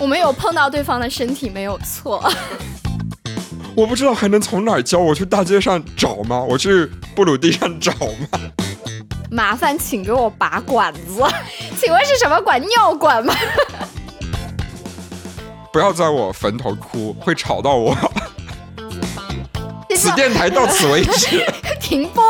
我们有碰到对方的身体没有错。 我不知道还能从哪儿教，我去大街上找吗？我去布鲁地上找吗？ 麻烦请给我拔管子，请问是什么管？尿管吗？ 不要在我坟头哭，会吵到我。此电台到此为止， 停播。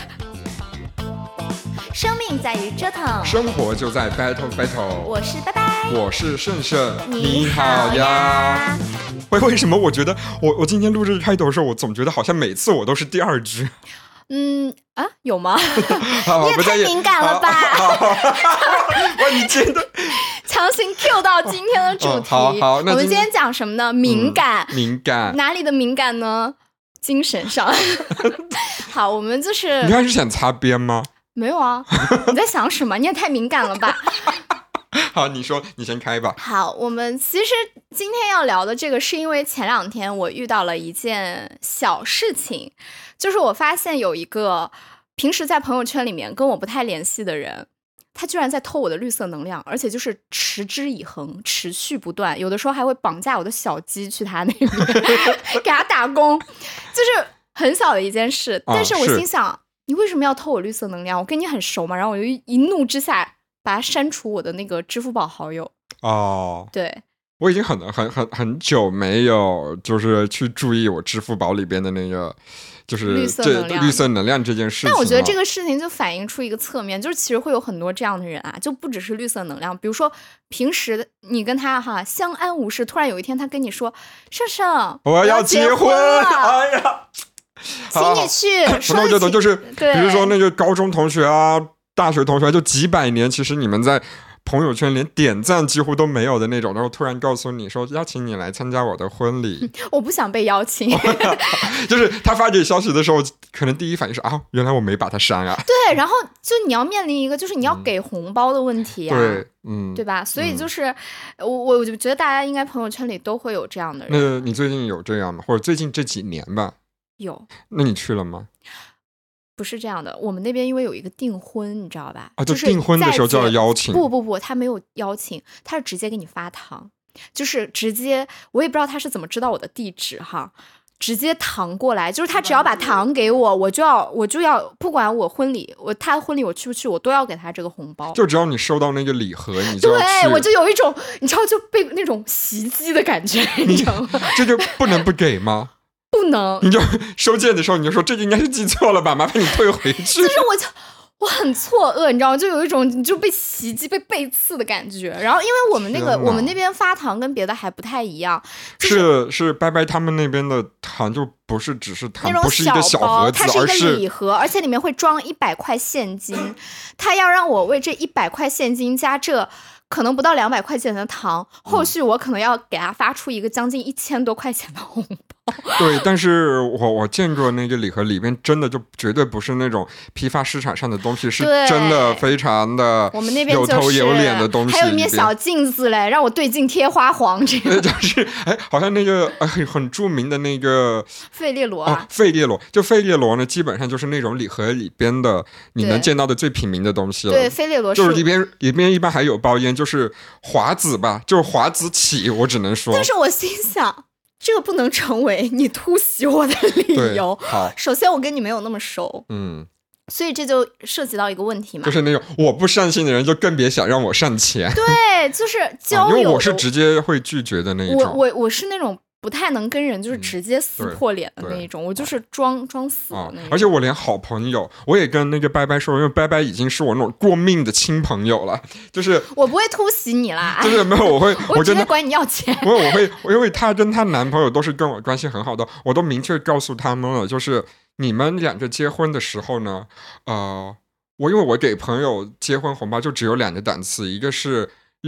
生命在于折腾， 生活就在 battle。 我是拜拜， 我是胜胜， 你好呀。 为什么我觉得我今天录制开头的时候，我总觉得好像每次我都是第二句。 有吗？ 你也太敏感了吧！ 哇，你真的强行 Q 到今天的主题。 好， 我们今天讲什么呢？敏感。 敏感哪里的敏感呢？精神上。好，我们就是你还是想擦边吗？ 没有啊，你在想什么？你也太敏感了吧。 好，你说，你先开吧。 好，我们其实今天要聊的这个是因为前2天我遇到了一件小事情，就是我发现有一个平时在朋友圈里面跟我不太联系的人，他居然在偷我的绿色能量，而且就是持之以恒，持续不断，有的时候还会绑架我的小鸡去他那边给他打工，就是很小的一件事，但是我心想你为什么要偷我绿色能量？我跟你很熟嘛，然后我就一怒之下把他删除我的那个支付宝好友。对， 我已经很久没有就是去注意我支付宝里边的那个就是绿色能量这件事情。 但我觉得这个事情就反映出一个侧面，就是其实会有很多这样的人啊，就不只是绿色能量，比如说平时你跟他相安无事，突然有一天他跟你说胜胜我要结婚了，哎呀， 请你去说我就是比如说那个高中同学啊，大学同学，就几百年其实你们在朋友圈连点赞几乎都没有的那种，然后突然告诉你说邀请你来参加我的婚礼。 我不想被邀请。 就是他发给消息的时候可能第一反应是原来我没把他删啊。 对，然后就你要面临一个就是你要给红包的问题啊。 对， 对吧？所以就是我就觉得大家应该朋友圈里都会有这样的人。 那你最近有这样吗？或者最近这几年吧？ 有。 那你去了吗？ 不是这样的，我们那边因为有一个订婚，你知道吧？ 就订婚的时候就要邀请。 不，他没有邀请，他是直接给你发糖，就是直接，我也不知道他是怎么知道我的地址哈，直接糖过来，就是他只要把糖给我，我就要，不管我婚礼，他婚礼我去不去，我都要给他这个红包。 就只要你收到那个礼盒，你就要去。 对，我就有一种你知道就被那种袭击的感觉，你知道吗？ 这就不能不给吗？ 不能， 你就收件的时候你就说这个应该是记错了吧，麻烦你退回去。 就是我很错愕，你知道吗？就有一种你就被袭击、被背刺的感觉。然后因为我们那边发糖跟别的还不太一样， 是拜拜他们那边的糖就不是只是糖，不是一个小盒子， 它是一个礼盒，而且里面会装100块现金。他要让我为这100块现金加这可能不到200块钱的糖，后续我可能要给他发出一个将近1000多块钱的红包。 对，但是我见过那个礼盒里面真的就绝对不是那种批发市场上的东西，是真的非常的我们那边有头有脸的东西， 还有一面小镜子嘞，让我对镜贴花黄这个。 就是好像那个很著名的那个费列罗费列罗呢，基本上就是那种礼盒里边的你能见到的最平民的东西了。 对，费列罗就是里边一般还有包烟，就是华子吧，就是华子起，我只能说。 但是我心想，这个不能成为你突袭我的理由。 好， 首先我跟你没有那么熟，所以这就涉及到一个问题嘛， 就是那种我不上心的人就更别想让我上钱。 对，就是交友， 因为我是直接会拒绝的那一种。 我是那种不太能跟人就是直接撕破脸的那一种，我就是装死的那种。 而且我连好朋友，我也跟那个拜拜说，因为拜拜已经是我那种过命的亲朋友了，就是我不会突袭你啦， 就是没有，我直接管你要钱。 因为她跟她男朋友都是跟我关系很好的，我都明确告诉他们了，就是你们两个结婚的时候呢，因为我给朋友结婚红包就只有2个档次，一个是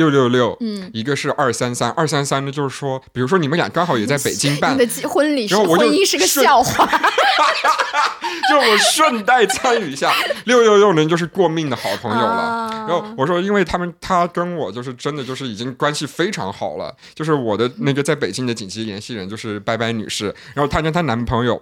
666，一个是233呢，就是说，比如说你们俩刚好也在北京办， 你的婚姻是个笑话， 就我顺带参与一下。666呢就是过命的好朋友了，然后我说，因为他跟我就是真的就是已经关系非常好了，就是我的那个在北京的紧急联系人就是拜拜女士，然后她跟她男朋友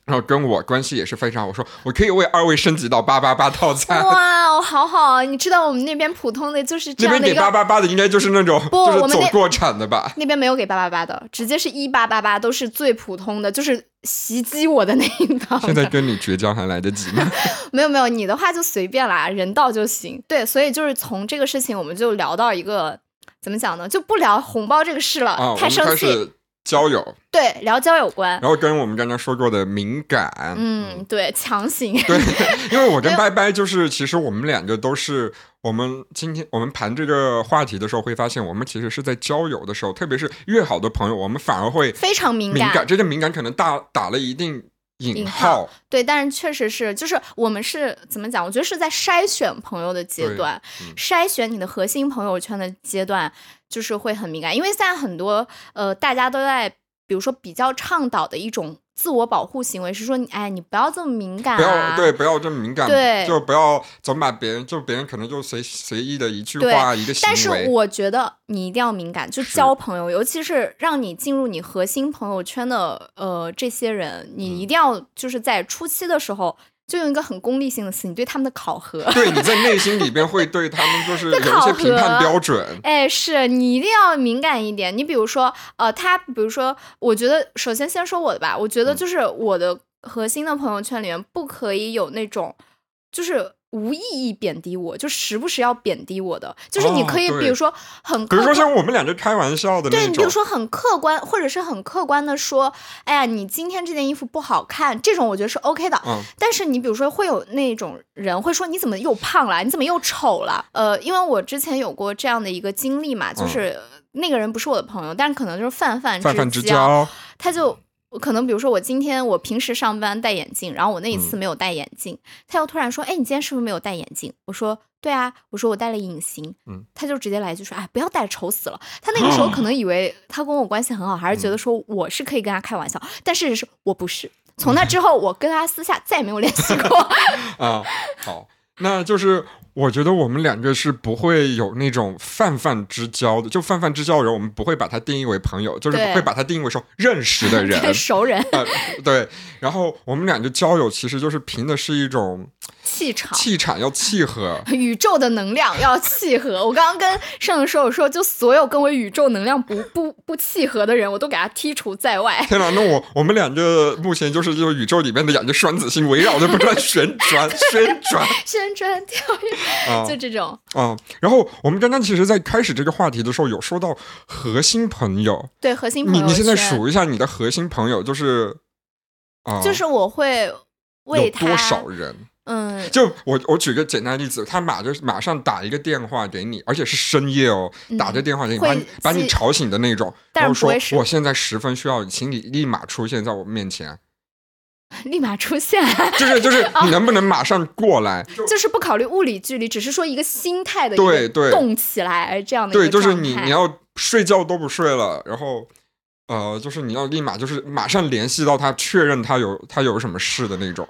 然后跟我关系也是非常好，我说我可以为2位升级到888套餐。 哇，好好，你知道我们那边普通的就是这样的一个， 那边给888的应该就是那种不， 就是我们走过场的吧？ 那边没有给888的，直接是1888，都是最普通的，就是袭击我的那一档。 现在跟你绝交还来得及吗？ 没有，你的话就随便啦，人到就行。对，所以就是从这个事情，我们就聊到一个怎么讲呢？就不聊红包这个事了，太生气。 我们开始交友， 对，聊交友观， 然后跟我们刚刚说过的敏感， 对，强行， 对，因为我跟拜拜就是，其实我们两个都是，今天我们盘这个话题的时候会发现，我们其实是在交友的时候，特别是越好的朋友，我们反而会非常敏感， 这个敏感可能打了一定引号， 对，但是确实是，就是我们是怎么讲？我觉得是在筛选朋友的阶段，筛选你的核心朋友圈的阶段，就是会很敏感，因为现在很多大家都在，比如说比较倡导的一种自我保护行为是说，你不要这么敏感、啊， 不要这么敏感， 对， 就不要总把别人可能就随意的一句话一个行为。 但是我觉得你一定要敏感，就交朋友，尤其是让你进入你核心朋友圈的这些人，你一定要就是在初期的时候。就用一个很功利性的词，你对他们的考核， 对，你在内心里边会对他们就是有一些评判标准。 哎，是你一定要敏感一点。你比如说，比如说，我觉得首先说我的吧，我觉得就是我的核心的朋友圈里面不可以有那种就是无意义贬低我，就时不时要贬低我的，就是你可以比如说比如说像我们两个开玩笑的那种， 对，你比如说很客观，或者是很客观的说，哎呀，你今天这件衣服不好看，这种我觉得是 OK 的。但是你比如说会有那种人会说你怎么又胖了，你怎么又丑了？因为我之前有过这样的一个经历嘛，就是那个人不是我的朋友，但是可能就是泛之交，他就。可能比如说我平时上班戴眼镜，然后我那一次没有戴眼镜，他又突然说，哎，你今天是不是没有戴眼镜？我说对啊，我说我戴了隐形，他就直接来一句说，哎，不要戴，丑死了。他那个时候可能以为他跟我关系很好，还是觉得说我是可以跟他开玩笑，但事实是我不是。从那之后，我跟他私下再也没有联系过。 好，那就是我觉得我们两个是不会有那种泛之交的，就泛之交的人，我们不会把他定义为朋友，就是会把他定义为说认识的人、 熟人。 对。然后我们两个交友其实就是凭的是一种气场要契合， 宇宙的能量要契合。我刚刚跟盛盛说，我说就所有跟我宇宙能量不契合的人，我都给他剔除在外。 天哪，那我们两个目前就是宇宙里面的两个双子星围绕着不断旋转跳跃，就这种。 然后我们刚刚其实在开始这个话题的时候有说到核心朋友， 对，核心朋友， 你现在数一下你的核心朋友，就是就是我会为他有多少人？就我举个简单的例子，他马上打一个电话给你，而且是深夜哦，打个电话给你，把你吵醒的那种，然后说我现在十分需要你，请你立马出现在我面前。 立马出现， 就是你能不能马上过来？ 就是不考虑物理距离，只是说一个心态的一个动起来这样的一个状态。 对，就是你要睡觉都不睡了，然后就是你要立马就是马上联系到他，确认他有什么事的那种。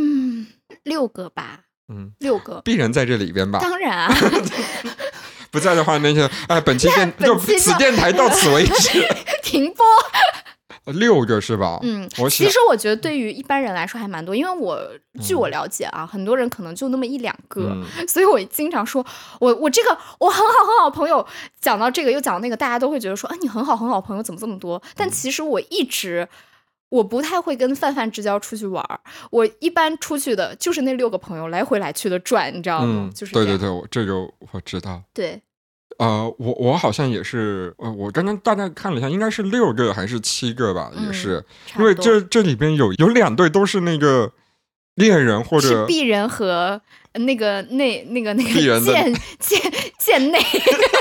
6个吧，6个必然在这里边吧？ 当然啊， 不在的话，那些本期此电台到此为止， 停播。 6个是吧？ 其实我觉得对于一般人来说还蛮多，因为据我了解啊，很多人可能就那么1-2个，所以我经常说我这个我很好朋友，讲到这个又讲到那个，大家都会觉得说你很好朋友怎么这么多？但其实我不太会跟泛之交出去玩，我一般出去的就是那6个朋友来回来去的转，你知道吗？就是对，这个我知道。 对。 我好像也是，我刚刚大概看了一下，应该是6个还是7个吧，也是，因为这里边有2对都是那个恋人或者是鄙人和那个鄙人贱内。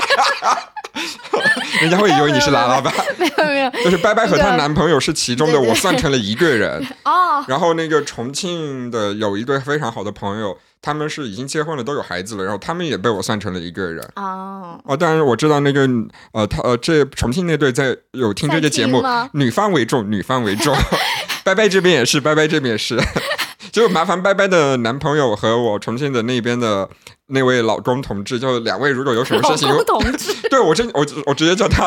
人家会以为你是拉拉吧？ 没有， 就是拜拜和她男朋友是其中的，我算成了1个人。然后那个重庆的有一对非常好的朋友，他们是已经结婚了，都有孩子了，然后他们也被我算成了1个人。当然我知道那个这重庆那对有听这个节目，女方为重。拜拜这边也是，就麻烦拜拜的男朋友和我重庆的那边的那位老公同志，就2位如果有什么事情， 老公同志， 对我直接叫他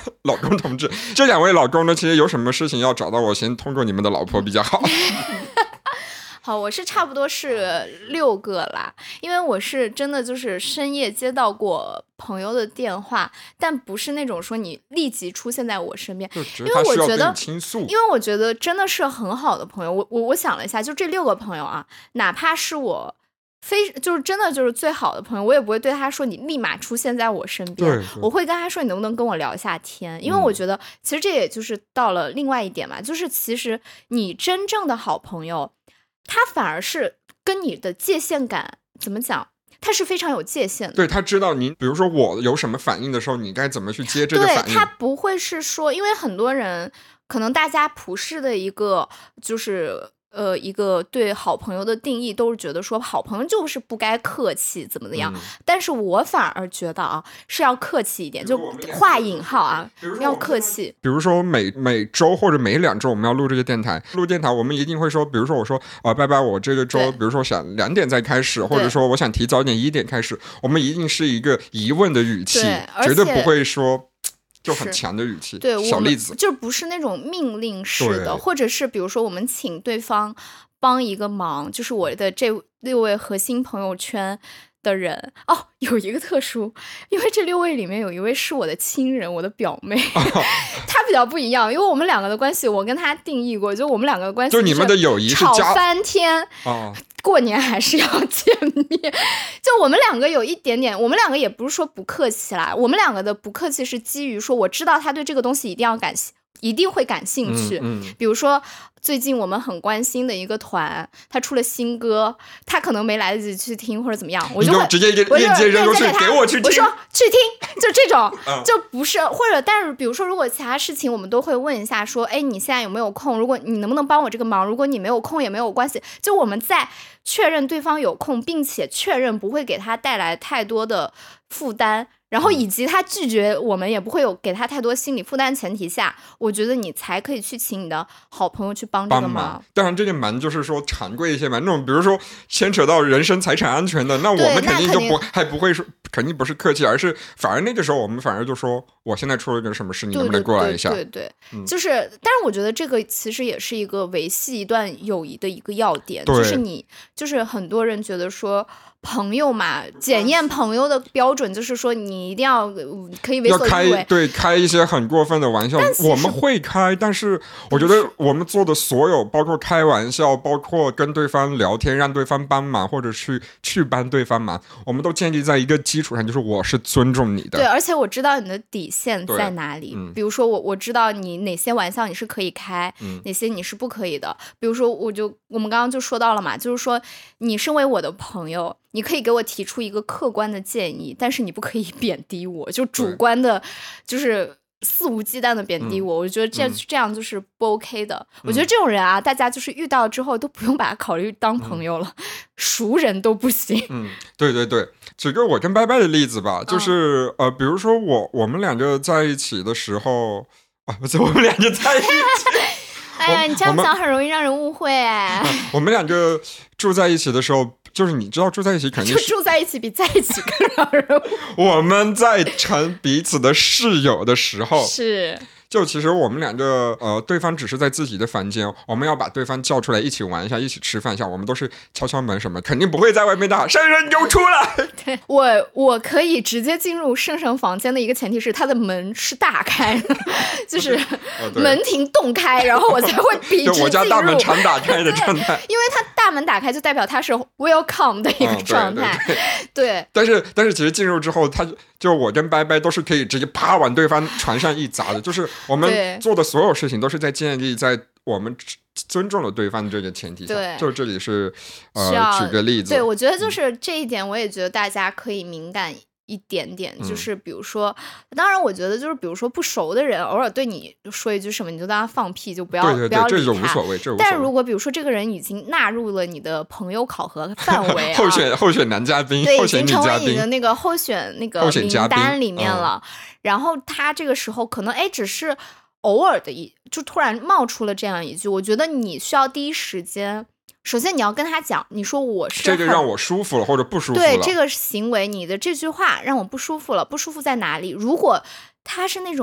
老公同志，这2位老公呢，其实有什么事情要找到我，先通过你们的老婆比较好。 好，我是差不多是6个啦，因为我是真的就是深夜接到过朋友的电话，但不是那种说你立即出现在我身边， 因为我觉得倾诉， 因为我觉得真的是很好的朋友。我想了一下，就这6个朋友啊，哪怕是我就是真的就是最好的朋友，我也不会对他说你立马出现在我身边，我会跟他说你能不能跟我聊一下天，因为我觉得其实这也就是到了另外一点嘛，就是其实你真正的好朋友。他反而是跟你的界限感怎么讲？他是非常有界限的。 对，他知道你，比如说我有什么反应的时候，你该怎么去接这个反应。 对，他不会是说，因为很多人可能大家普世的一个就是一个对好朋友的定义都是觉得说好朋友就是不该客气怎么样，但是我反而觉得啊是要客气一点，就画引号啊，要客气。 比如说每周或者每2周我们要录这个电台，录电台我们一定会说，比如说我说拜拜，我这个周比如说想2点再开始，或者说我想提早点1点开始，我们一定是一个疑问的语气，绝对不会说就很强的语气。 对， 小例子就不是那种命令式的，或者是比如说我们请对方帮一个忙，就是我的这6位核心朋友圈的人哦，有一个特殊，因为这6位里面有1位是我的亲人，我的表妹，她比较不一样，因为我们2个的关系，我跟她定义过，就我们2个的关系， 就你们的友谊是吵翻天过年还是要见面。就我们2个有一点点，我们2个也不是说不客气啦，我们2个的不客气是基于说我知道他对这个东西一定会感兴趣，比如说最近我们很关心的一个团，他出了新歌，他可能没来得及去听或者怎么样，我就会直接链接扔过去给我去听， 我说去听，就这种就不是，或者但是比如说如果其他事情我们都会问一下说，哎，你现在有没有空，如果你能不能帮我这个忙，如果你没有空也没有关系，就我们在确认对方有空并且确认不会给他带来太多的负担，然后以及他拒绝我们也不会有给他太多心理负担前提下，我觉得你才可以去请你的好朋友去帮这个忙。 当然这个忙就是说常规一些嘛，那种比如说牵扯到人身财产安全的，那我们肯定就不会说，肯定不是客气，而是反而那个时候我们反而就说我现在出了个什么事，你能不能过来一下。 对，就是但是我觉得这个其实也是一个维系一段友谊的一个要点，就是很多人觉得说朋友嘛，检验朋友的标准就是说你一定要可以为所欲为， 对，开一些很过分的玩笑，我们会开，但是我觉得我们做的所有，包括开玩笑，包括跟对方聊天，让对方帮忙，或者去帮对方忙，我们都建立在一个基础上，就是我是尊重你的。 对，而且我知道你的底线在哪里。比如说我知道你哪些玩笑你是可以开，哪些你是不可以的。比如说我们刚刚就说到了嘛，就是说你身为我的朋友，你可以给我提出一个客观的建议，但是你不可以贬低我，就主观的，就是肆无忌惮的贬低我。我觉得这样就是不 OK 的。我觉得这种人啊，大家就是遇到之后都不用把他考虑当朋友了，熟人都不行。 对，举个我跟拜拜的例子吧，就是比如说我们2个在一起的时候不是我们2个在一起。 哎呀，你这样讲很容易让人误会哎。 我们2个住在一起的时候，就是你知道住在一起肯定是就住在一起比在一起更让人误会。 我们在成彼此的室友的时候， 是就其实我们2个对方只是在自己的房间，我们要把对方叫出来一起玩一下，一起吃饭一下，我们都是敲敲门什么，肯定不会在外面大喊圣人有出来。 对，我可以直接进入圣神房间的一个前提是他的门是大开的，就是门庭洞开，然后我才会笔直进入。 我家大门常打开的状态。 因为他大门打开就代表他是 welcome 的一个状态。对， 但是其实进入之后，就我跟拜拜都是可以直接啪往对方床上一砸的，就是我们做的所有事情都是在建立在我们尊重了对方这个前提下。对，就这里是举个例子。 对，我觉得就是这一点，我也觉得大家可以敏感一点点，就是比如说，当然我觉得就是比如说不熟的人偶尔对你说一句什么，你就当他放屁，就不要理他。 这就无所谓。 但如果比如说这个人已经纳入了你的朋友考核范围候选男嘉宾， 对， 候选女嘉宾， 已经成为你的那个候选名单里面了。然后他这个时候可能只是偶尔的就突然冒出了这样一句，我觉得你需要第一时间。首先你要跟他讲，你说我是这个让我舒服了或者不舒服了， 对这个行为，你的这句话让我不舒服了，不舒服在哪里？如果他是那种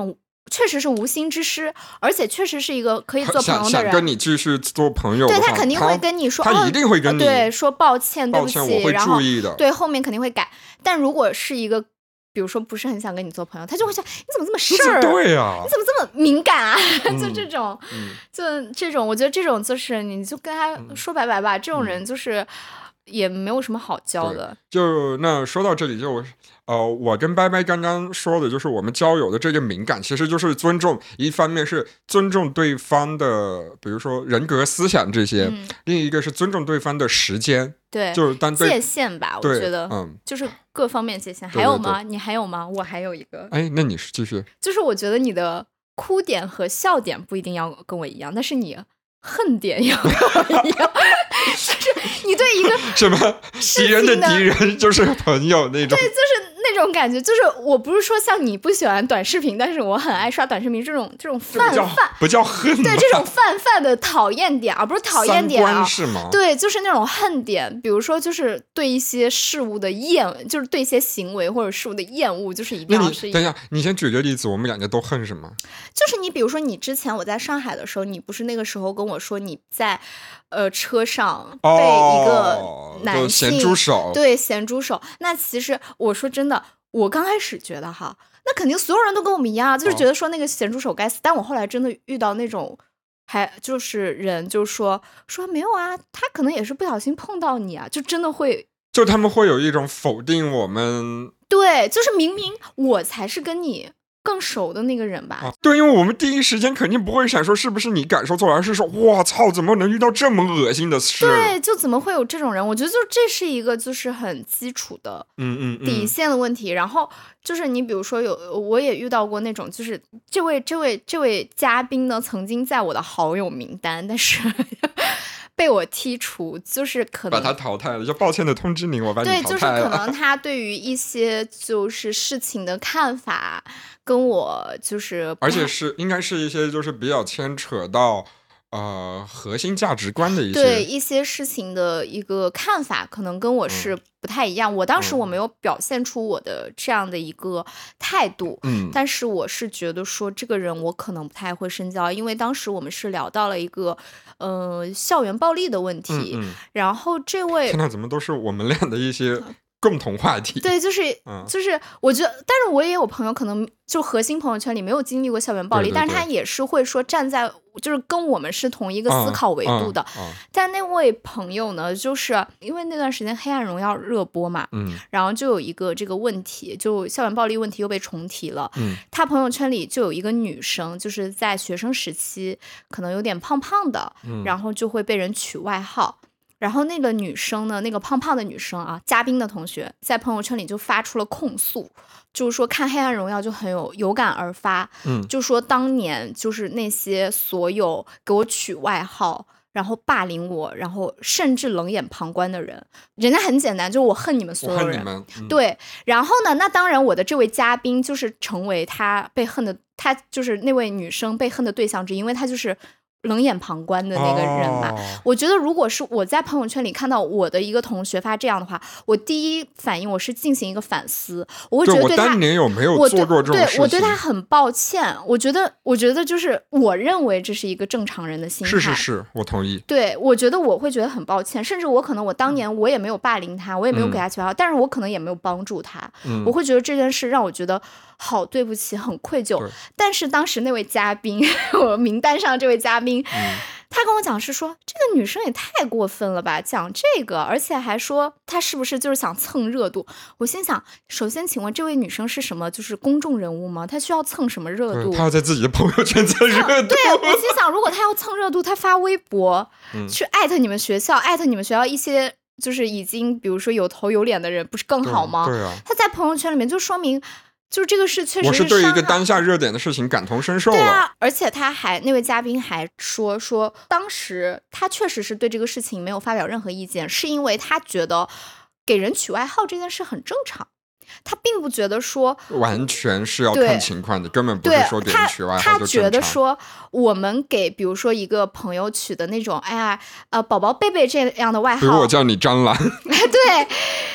确实是无心之失，而且确实是一个可以做朋友的人， 想跟你继续做朋友的话， 对他肯定会跟你说， 他一定会跟你、 对说抱歉，对不起， 我会注意的， 对后面肯定会改。但如果是一个比如说不是很想跟你做朋友，他就会想你怎么这么事儿， 对啊， 你怎么这么敏感啊？就这种，就这种，我觉得这种就是你就跟他说拜拜吧，这种人就是也没有什么好交的。 就那说到这里就。我跟拜拜刚刚说的就是我们交友的这个敏感，其实就是尊重，一方面是尊重对方的，比如说人格、思想这些，另一个是尊重对方的时间， 对， 就是界限吧，我觉得，就是各方面界限。还有吗？你还有吗？我还有一个。 哎，那你是继续。 就是我觉得你的哭点和笑点不一定要跟我一样，但是你恨点要跟我一样，就是你对一个什么敌人的敌人就是朋友那种， 对，就是那种感觉。就是我不是说像你不喜欢短视频，但是我很爱刷短视频这种泛不叫恨， 对，这种泛的讨厌点，而不是讨厌点啊， 是吗？ 对，就是那种恨点，比如说就是对一些事物的就是对一些行为或者事物的厌恶，就是一定要是。 等一下，你先举个例子，我们两个都恨什么？ 就是你比如说你之前我在上海的时候，你不是那个时候跟我说你在车上被一个男性咸猪手， 对，咸猪手。那其实我说真的，我刚开始觉得哈，那肯定所有人都跟我们一样，就是觉得说那个咸猪手该死。但我后来真的遇到那种还就是人就说没有啊，他可能也是不小心碰到你啊，就真的会， 就他们会有一种否定我们， 对，就是明明我才是跟你更熟的那个人吧， 对，因为我们第一时间肯定不会想说是不是你感受错了，而是说哇操，怎么能遇到这么恶心的事？ 对，就怎么会有这种人？我觉得就这是一个就是很基础的底线的问题。然后就是你比如说我也遇到过那种，就是这位嘉宾呢曾经在我的好友名单，但是被我剔除，就是可能把他淘汰了，就抱歉的通知您，我把你淘汰了。 对，就是可能他对于一些就是事情的看法跟我就是， 而且应该是一些就是比较牵扯到核心价值观的一些事情的一个看法，可能跟我是不太一样。我当时我没有表现出我的这样的一个态度，但是我是觉得说这个人我可能不太会深交，因为当时我们是聊到了一个校园暴力的问题，然后这位天哪，怎么都是我们俩的一些共同话题？ 对，就是我觉得，但是我也有朋友可能就核心朋友圈里没有经历过校园暴力，但是他也是会说站在就是跟我们是同一个思考维度的。但那位朋友呢，就是因为那段时间《黑暗荣耀》热播嘛，然后就有一个这个问题，就校园暴力问题又被重提了。他朋友圈里就有一个女生，就是在学生时期可能有点胖胖的，然后就会被人取外号。然后那个女生呢，那个胖胖的女生啊，嘉宾的同学在朋友圈里就发出了控诉，就是说看《黑暗荣耀》就很有感而发，就说当年就是那些所有给我取外号，然后霸凌我，然后甚至冷眼旁观的人，人家很简单，就是我恨你们所有人，对。然后呢，那当然我的这位嘉宾就是成为他被恨的，他就是那位女生被恨的对象之一，因为他就是冷眼旁观的那个人嘛。我觉得如果是我在朋友圈里看到我的一个同学发这样的话，我第一反应我是进行一个反思，我会觉得我当年有没有做过这种事情？ 对，我对他很抱歉。我觉得就是我认为这是一个正常人的心态。 是，我同意。 对，我觉得我会觉得很抱歉，甚至我可能我当年我也没有霸凌他，我也没有给他取外号，但是我可能也没有帮助他。我会觉得这件事让我觉得好对不起，很愧疚。但是当时那位嘉宾，我名单上这位嘉宾，他跟我讲是说这个女生也太过分了吧，讲这个，而且还说她是不是就是想蹭热度。我心想，首先请问这位女生是什么就是公众人物吗？她需要蹭什么热度？ 她要在自己的朋友圈蹭热度。 对，我心想如果她要蹭热度，她发微博去艾特你们学校，艾特你们学校一些就是已经比如说有头有脸的人，不是更好吗？ 对啊， 她在朋友圈里面就说明就是这个事确实是， 我是对一个当下热点的事情感同身受了。 对啊，而且那位嘉宾还说当时他确实是对这个事情没有发表任何意见，是因为他觉得给人取外号这件事很正常，他并不觉得说完全是要看情况的，根本不是说给人取外号就正常。 他觉得说我们给比如说一个朋友取的那种宝宝贝贝这样的外号， 比如我叫你张兰对，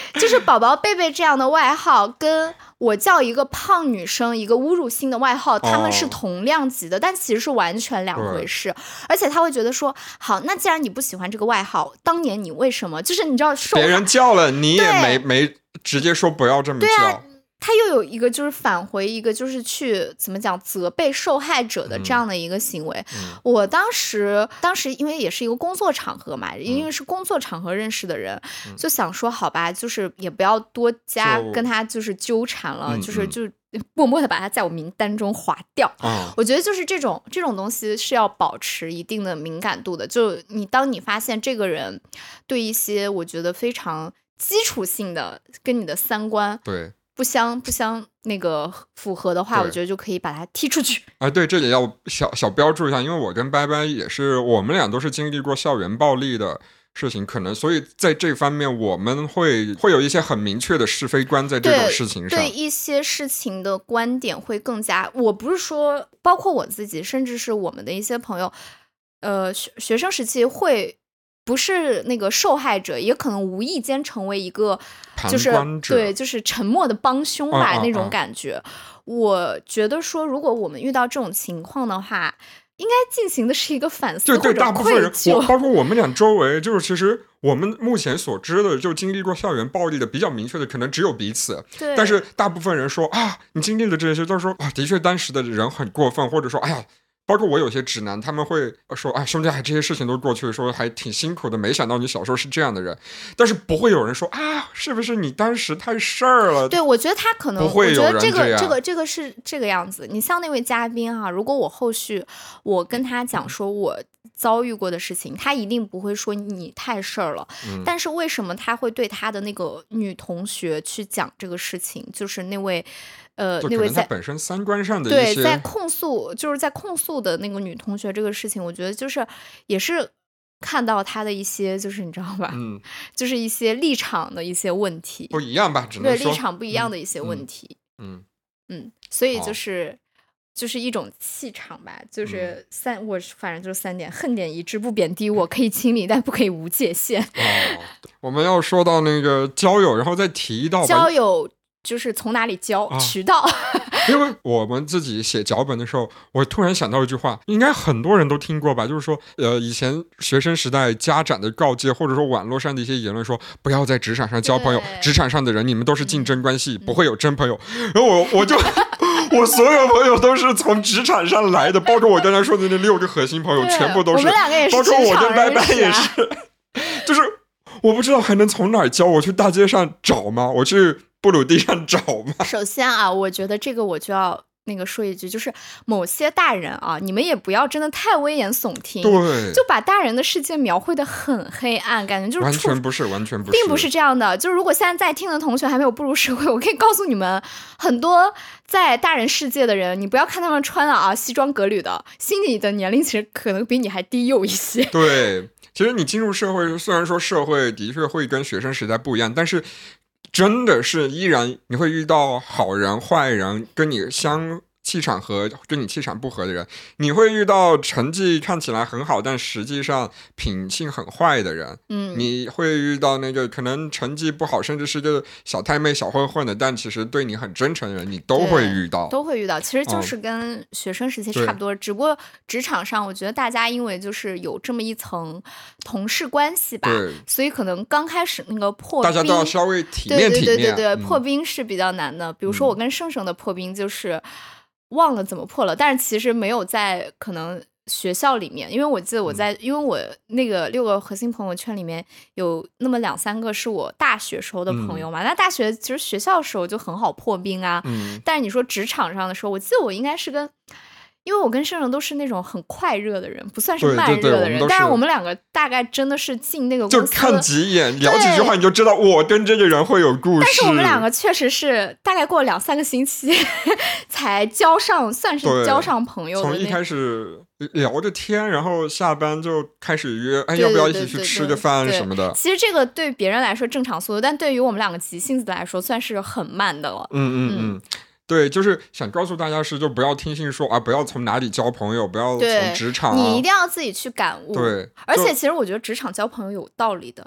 就是宝宝贝贝这样的外号，跟我叫一个胖女生一个侮辱性的外号，他们是同量级的，但其实是完全两回事。而且他会觉得说，好，那既然你不喜欢这个外号，当年你为什么就是你知道别人叫了你也没直接说不要这么叫。 他又有一个就是返回一个就是去怎么讲责备受害者的这样的一个行为。我当时因为也是一个工作场合嘛，因为是工作场合认识的人，就想说好吧，就是也不要多加跟他就是纠缠了，就默默的把他在我名单中划掉。我觉得就是这种东西是要保持一定的敏感度的。就当你发现这个人对一些我觉得非常基础性的跟你的三观对不相那个符合的话，我觉得就可以把他踢出去。 对，这也要小标注一下，因为我跟拜拜也是，我们俩都是经历过校园暴力的事情，可能所以在这方面我们会有一些很明确的是非观在这种事情上， 对一些事情的观点会更加，我不是说包括我自己，甚至是我们的一些朋友，学生时期会不是那个受害者，也可能无意间成为一个就是对，就是沉默的帮凶吧，那种感觉。我觉得说，如果我们遇到这种情况的话，应该进行的是一个反思或者愧疚。 对，大部分人，包括我们俩周围，就是其实我们目前所知的，就经历过校园暴力的比较明确的，可能只有彼此。但是大部分人说啊，你经历了这些，都说啊，的确当时的人很过分，或者说哎呀。包括我有些直男，他们会说啊，兄弟，这些事情都过去，说还挺辛苦的，没想到你小时候是这样的人。但是不会有人说啊，是不是你当时太事儿了？ 对，我觉得他可能不会有人我觉得这个是这个样子。你像那位嘉宾啊，如果我后续我跟他讲说我遭遇过的事情，他一定不会说你太事儿了。但是为什么他会对他的那个女同学去讲这个事情？就是那位那位在本身三观上的一些在控诉的那个女同学这个事情，我觉得就是也是看到她的一些就是你知道吧，就是一些立场的一些问题不一样吧，只能说对立场不一样的一些问题。所以就是一种气场吧，就是我反正就是3点：恨点一致，不贬低我，可以亲密，但不可以无界限。 我们要说到那个交友，然后再提到交友。就是从哪里交渠道因为我们自己写脚本的时候，我突然想到一句话，应该很多人都听过吧，就是说以前学生时代家长的告诫，或者说网络上的一些言论说，不要在职场上交朋友，职场上的人你们都是竞争关系，不会有真朋友。然后我就我所有朋友都是从职场上来的，包括我刚才说的那6个核心朋友全部都是， 我们2个也是， 包括我跟拜拜也是就是我不知道还能从哪儿交，我去大街上找吗？我去布鲁地上找吗？ 首先啊，我觉得这个我就要那个说一句，就是某些大人啊，你们也不要真的太危言耸听， 对， 就把大人的世界描绘的很黑暗，感觉就是完全不是， 并不是这样的。就是如果现在在听的同学还没有步入社会，我可以告诉你们，很多在大人世界的人，你不要看他们穿了西装革履的，心里的年龄其实可能比你还低幼一些。 对，其实你进入社会，虽然说社会的确会跟学生时代不一样，但是真的是依然你会遇到好人坏人，跟你气场合跟你气场不合的人，你会遇到成绩看起来很好但实际上品性很坏的人，你会遇到那个可能成绩不好甚至是个小太妹小混混的，但其实对你很真诚的人，你都会遇到。其实就是跟学生时期差不多，只不过职场上我觉得大家因为就是有这么一层同事关系吧，所以可能刚开始那个破冰大家都要稍微体面体面， 对，破冰是比较难的。比如说我跟盛盛的破冰就是忘了怎么破了，但是其实没有在可能学校里面，因为我记得我在，因为我那个6个核心朋友圈里面有那么2-3个是我大学时候的朋友嘛，那大学其实学校的时候就很好破冰啊，但是你说职场上的时候，我记得我应该是因为我跟盛盛都是那种很快热的人，不算是慢热的人，但是我们2个大概真的是进那个公司就看几眼聊几句话你就知道我跟这个人会有故事， 但是我们2个确实是大概过了2-3个星期才算是交上朋友的， 从一开始聊着天，然后下班就开始约，要不要一起去吃个饭什么的。 其实这个对别人来说正常速度，但对于我们2个急性子来说算是很慢的了。 对，就是想告诉大家就不要听信说不要从哪里交朋友，不要从职场， 你一定要自己去感悟。 对， 而且其实我觉得职场交朋友有道理的。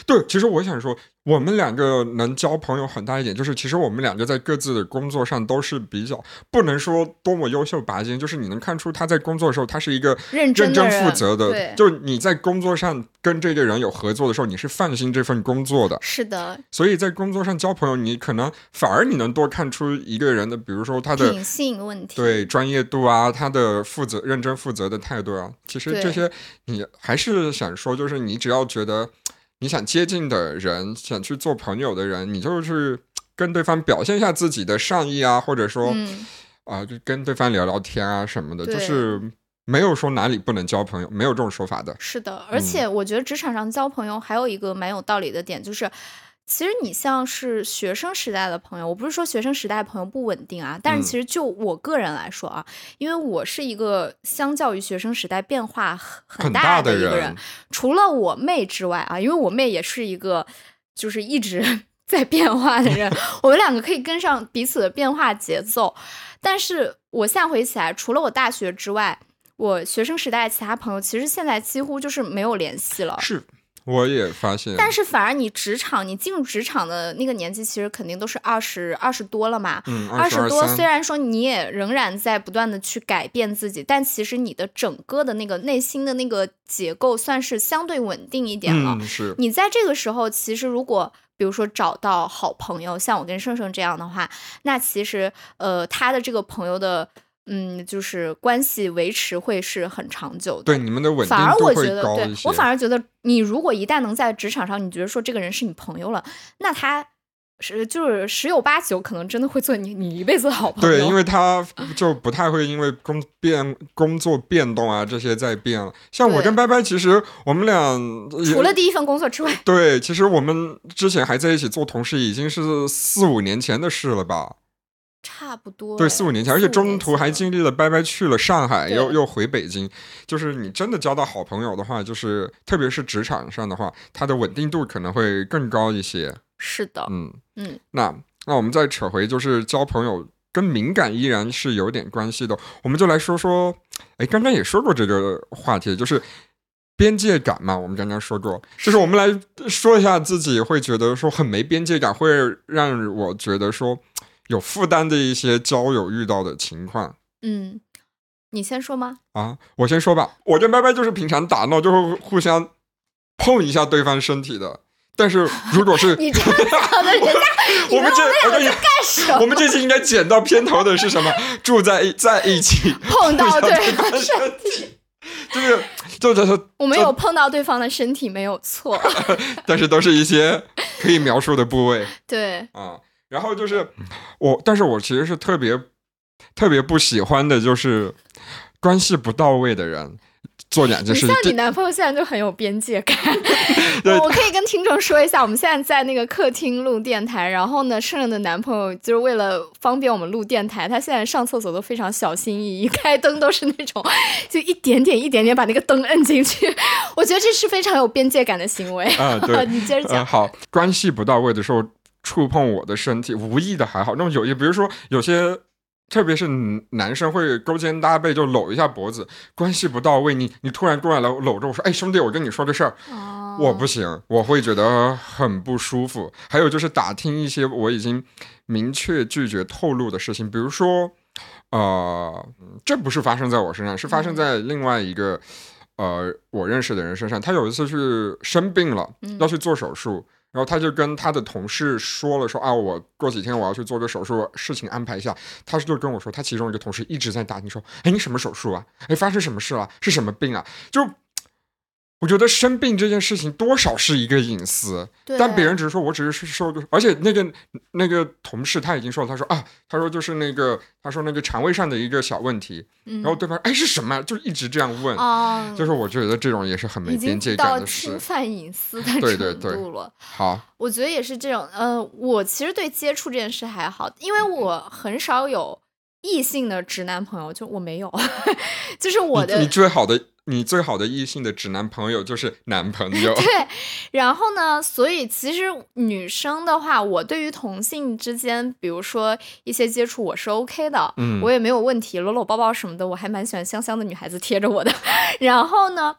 对，其实我想说，我们两个能交朋友很大一点，就是其实我们两个在各自的工作上都是比较不能说多么优秀拔尖，就是你能看出他在工作的时候，他是一个认真负责的。 对， 就是你在工作上跟这个人有合作的时候，你是放心这份工作的。 是的， 所以在工作上交朋友，你可能反而你能多看出一个人的，比如说他的品性问题， 对专业度啊，他的认真负责的态度啊。其实这些你还是想说，就是你只要觉得你想接近的人，想去做朋友的人，你就是跟对方表现一下自己的善意啊，或者说就跟对方聊聊天啊什么的，就是没有说哪里不能交朋友，没有这种说法的。 是的，而且我觉得职场上交朋友还有一个蛮有道理的点，就是其实你像是学生时代的朋友，我不是说学生时代的朋友不稳定啊，但是其实就我个人来说啊，因为我是一个相较于学生时代变化很大的一个人，除了我妹之外啊，因为我妹也是一个就是一直在变化的人，我们两个可以跟上彼此的变化节奏。但是我现在回忆起来，除了我大学之外，我学生时代其他朋友其实现在几乎就是没有联系了。 是，我也发现。 但是反而你进入职场的那个年纪，其实肯定都是20多了嘛。20多，虽然说你也仍然在不断的去改变自己，但其实你的整个的那个内心的那个结构算是相对稳定一点了。 是。 你在这个时候，其实如果比如说找到好朋友，像我跟盛盛这样的话，那其实他的这个朋友的就是关系维持会是很长久的。 对，你们的稳定度会高一些。 我反而觉得你如果一旦能在职场上你觉得说这个人是你朋友了，那他就是10有8九可能真的会做你一辈子的好朋友。 对，因为他就不太会因为工作变动啊这些在变了。像我跟拜拜，其实我们俩除了第一份工作之外， 对，其实我们之前还在一起做同事，已经是4、5年前的事了吧。 差不多。 对，4、5年前，而且中途还经历了拜拜去了上海，又回北京。就是你真的交到好朋友的话，就是特别是职场上的话，它的稳定度可能会更高一些。 是的， 那我们再扯回，就是交朋友跟敏感依然是有点关系的。我们就来说说，刚刚也说过这个话题，就是边界感嘛。我们刚刚说过，就是我们来说一下自己会觉得说很没边界感，会让我觉得说有负担的一些交友遇到的情况。 你先说吗？ 我先说吧。我跟拜拜就是平常打闹就会互相碰一下对方身体的。但是如果是你这样讲的，人家我们干什么？ 我们这期应该剪到片头的是什么？住在一起碰到对方身体， 就是我们有碰到对方的身体没有错， 但是都是一些可以描述的部位。 对然后就是但是我其实是特别不喜欢的，就是关系不到位的人。做2件事情， 像你男朋友现在就很有边界感。我可以跟听众说一下，我们现在在那个客厅录电台，然后呢，盛盛的男朋友就是为了方便我们录电台，他现在上厕所都非常小心翼翼，开灯都是那种就一点点把那个灯摁进去。我觉得这是非常有边界感的行为。 对， 你接着讲。 好，关系不到位的时候触碰我的身体，无意的还好，那种有意，比如说有些。特别是男生会勾肩搭背就搂一下脖子，关系不到位，你突然过来搂着我说，兄弟，我跟你说个事儿，我不行，我会觉得很不舒服。还有就是打听一些我已经明确拒绝透露的事情，比如说这不是发生在我身上，是发生在另外一个我认识的人身上。他有一次去生病了，要去做手术，然后他就跟他的同事说了，说我过几天我要去做个手术，事情安排一下。他就跟我说，他其中一个同事一直在打听说，你什么手术啊？发生什么事了？是什么病啊？就我觉得生病这件事情多少是一个隐私，但别人只是说我只是受，而且那个同事他已经说了，他说就是他说那个肠胃上的一个小问题，然后对方是什么，就一直这样问，就是我觉得这种也是很没边界感的事， 已经到侵犯隐私的程度了。 对，好， 我觉得也是这种，我其实对接触这件事还好，因为我很少有异性的直男朋友，就我没有，就是我的你最好的异性的直男朋友就是男朋友。 对，然后呢，所以其实女生的话，我对于同性之间，比如说一些接触，我是 OK 的，我也没有问题，搂搂抱抱什么的，我还蛮喜欢香香的女孩子贴着我的。然后呢，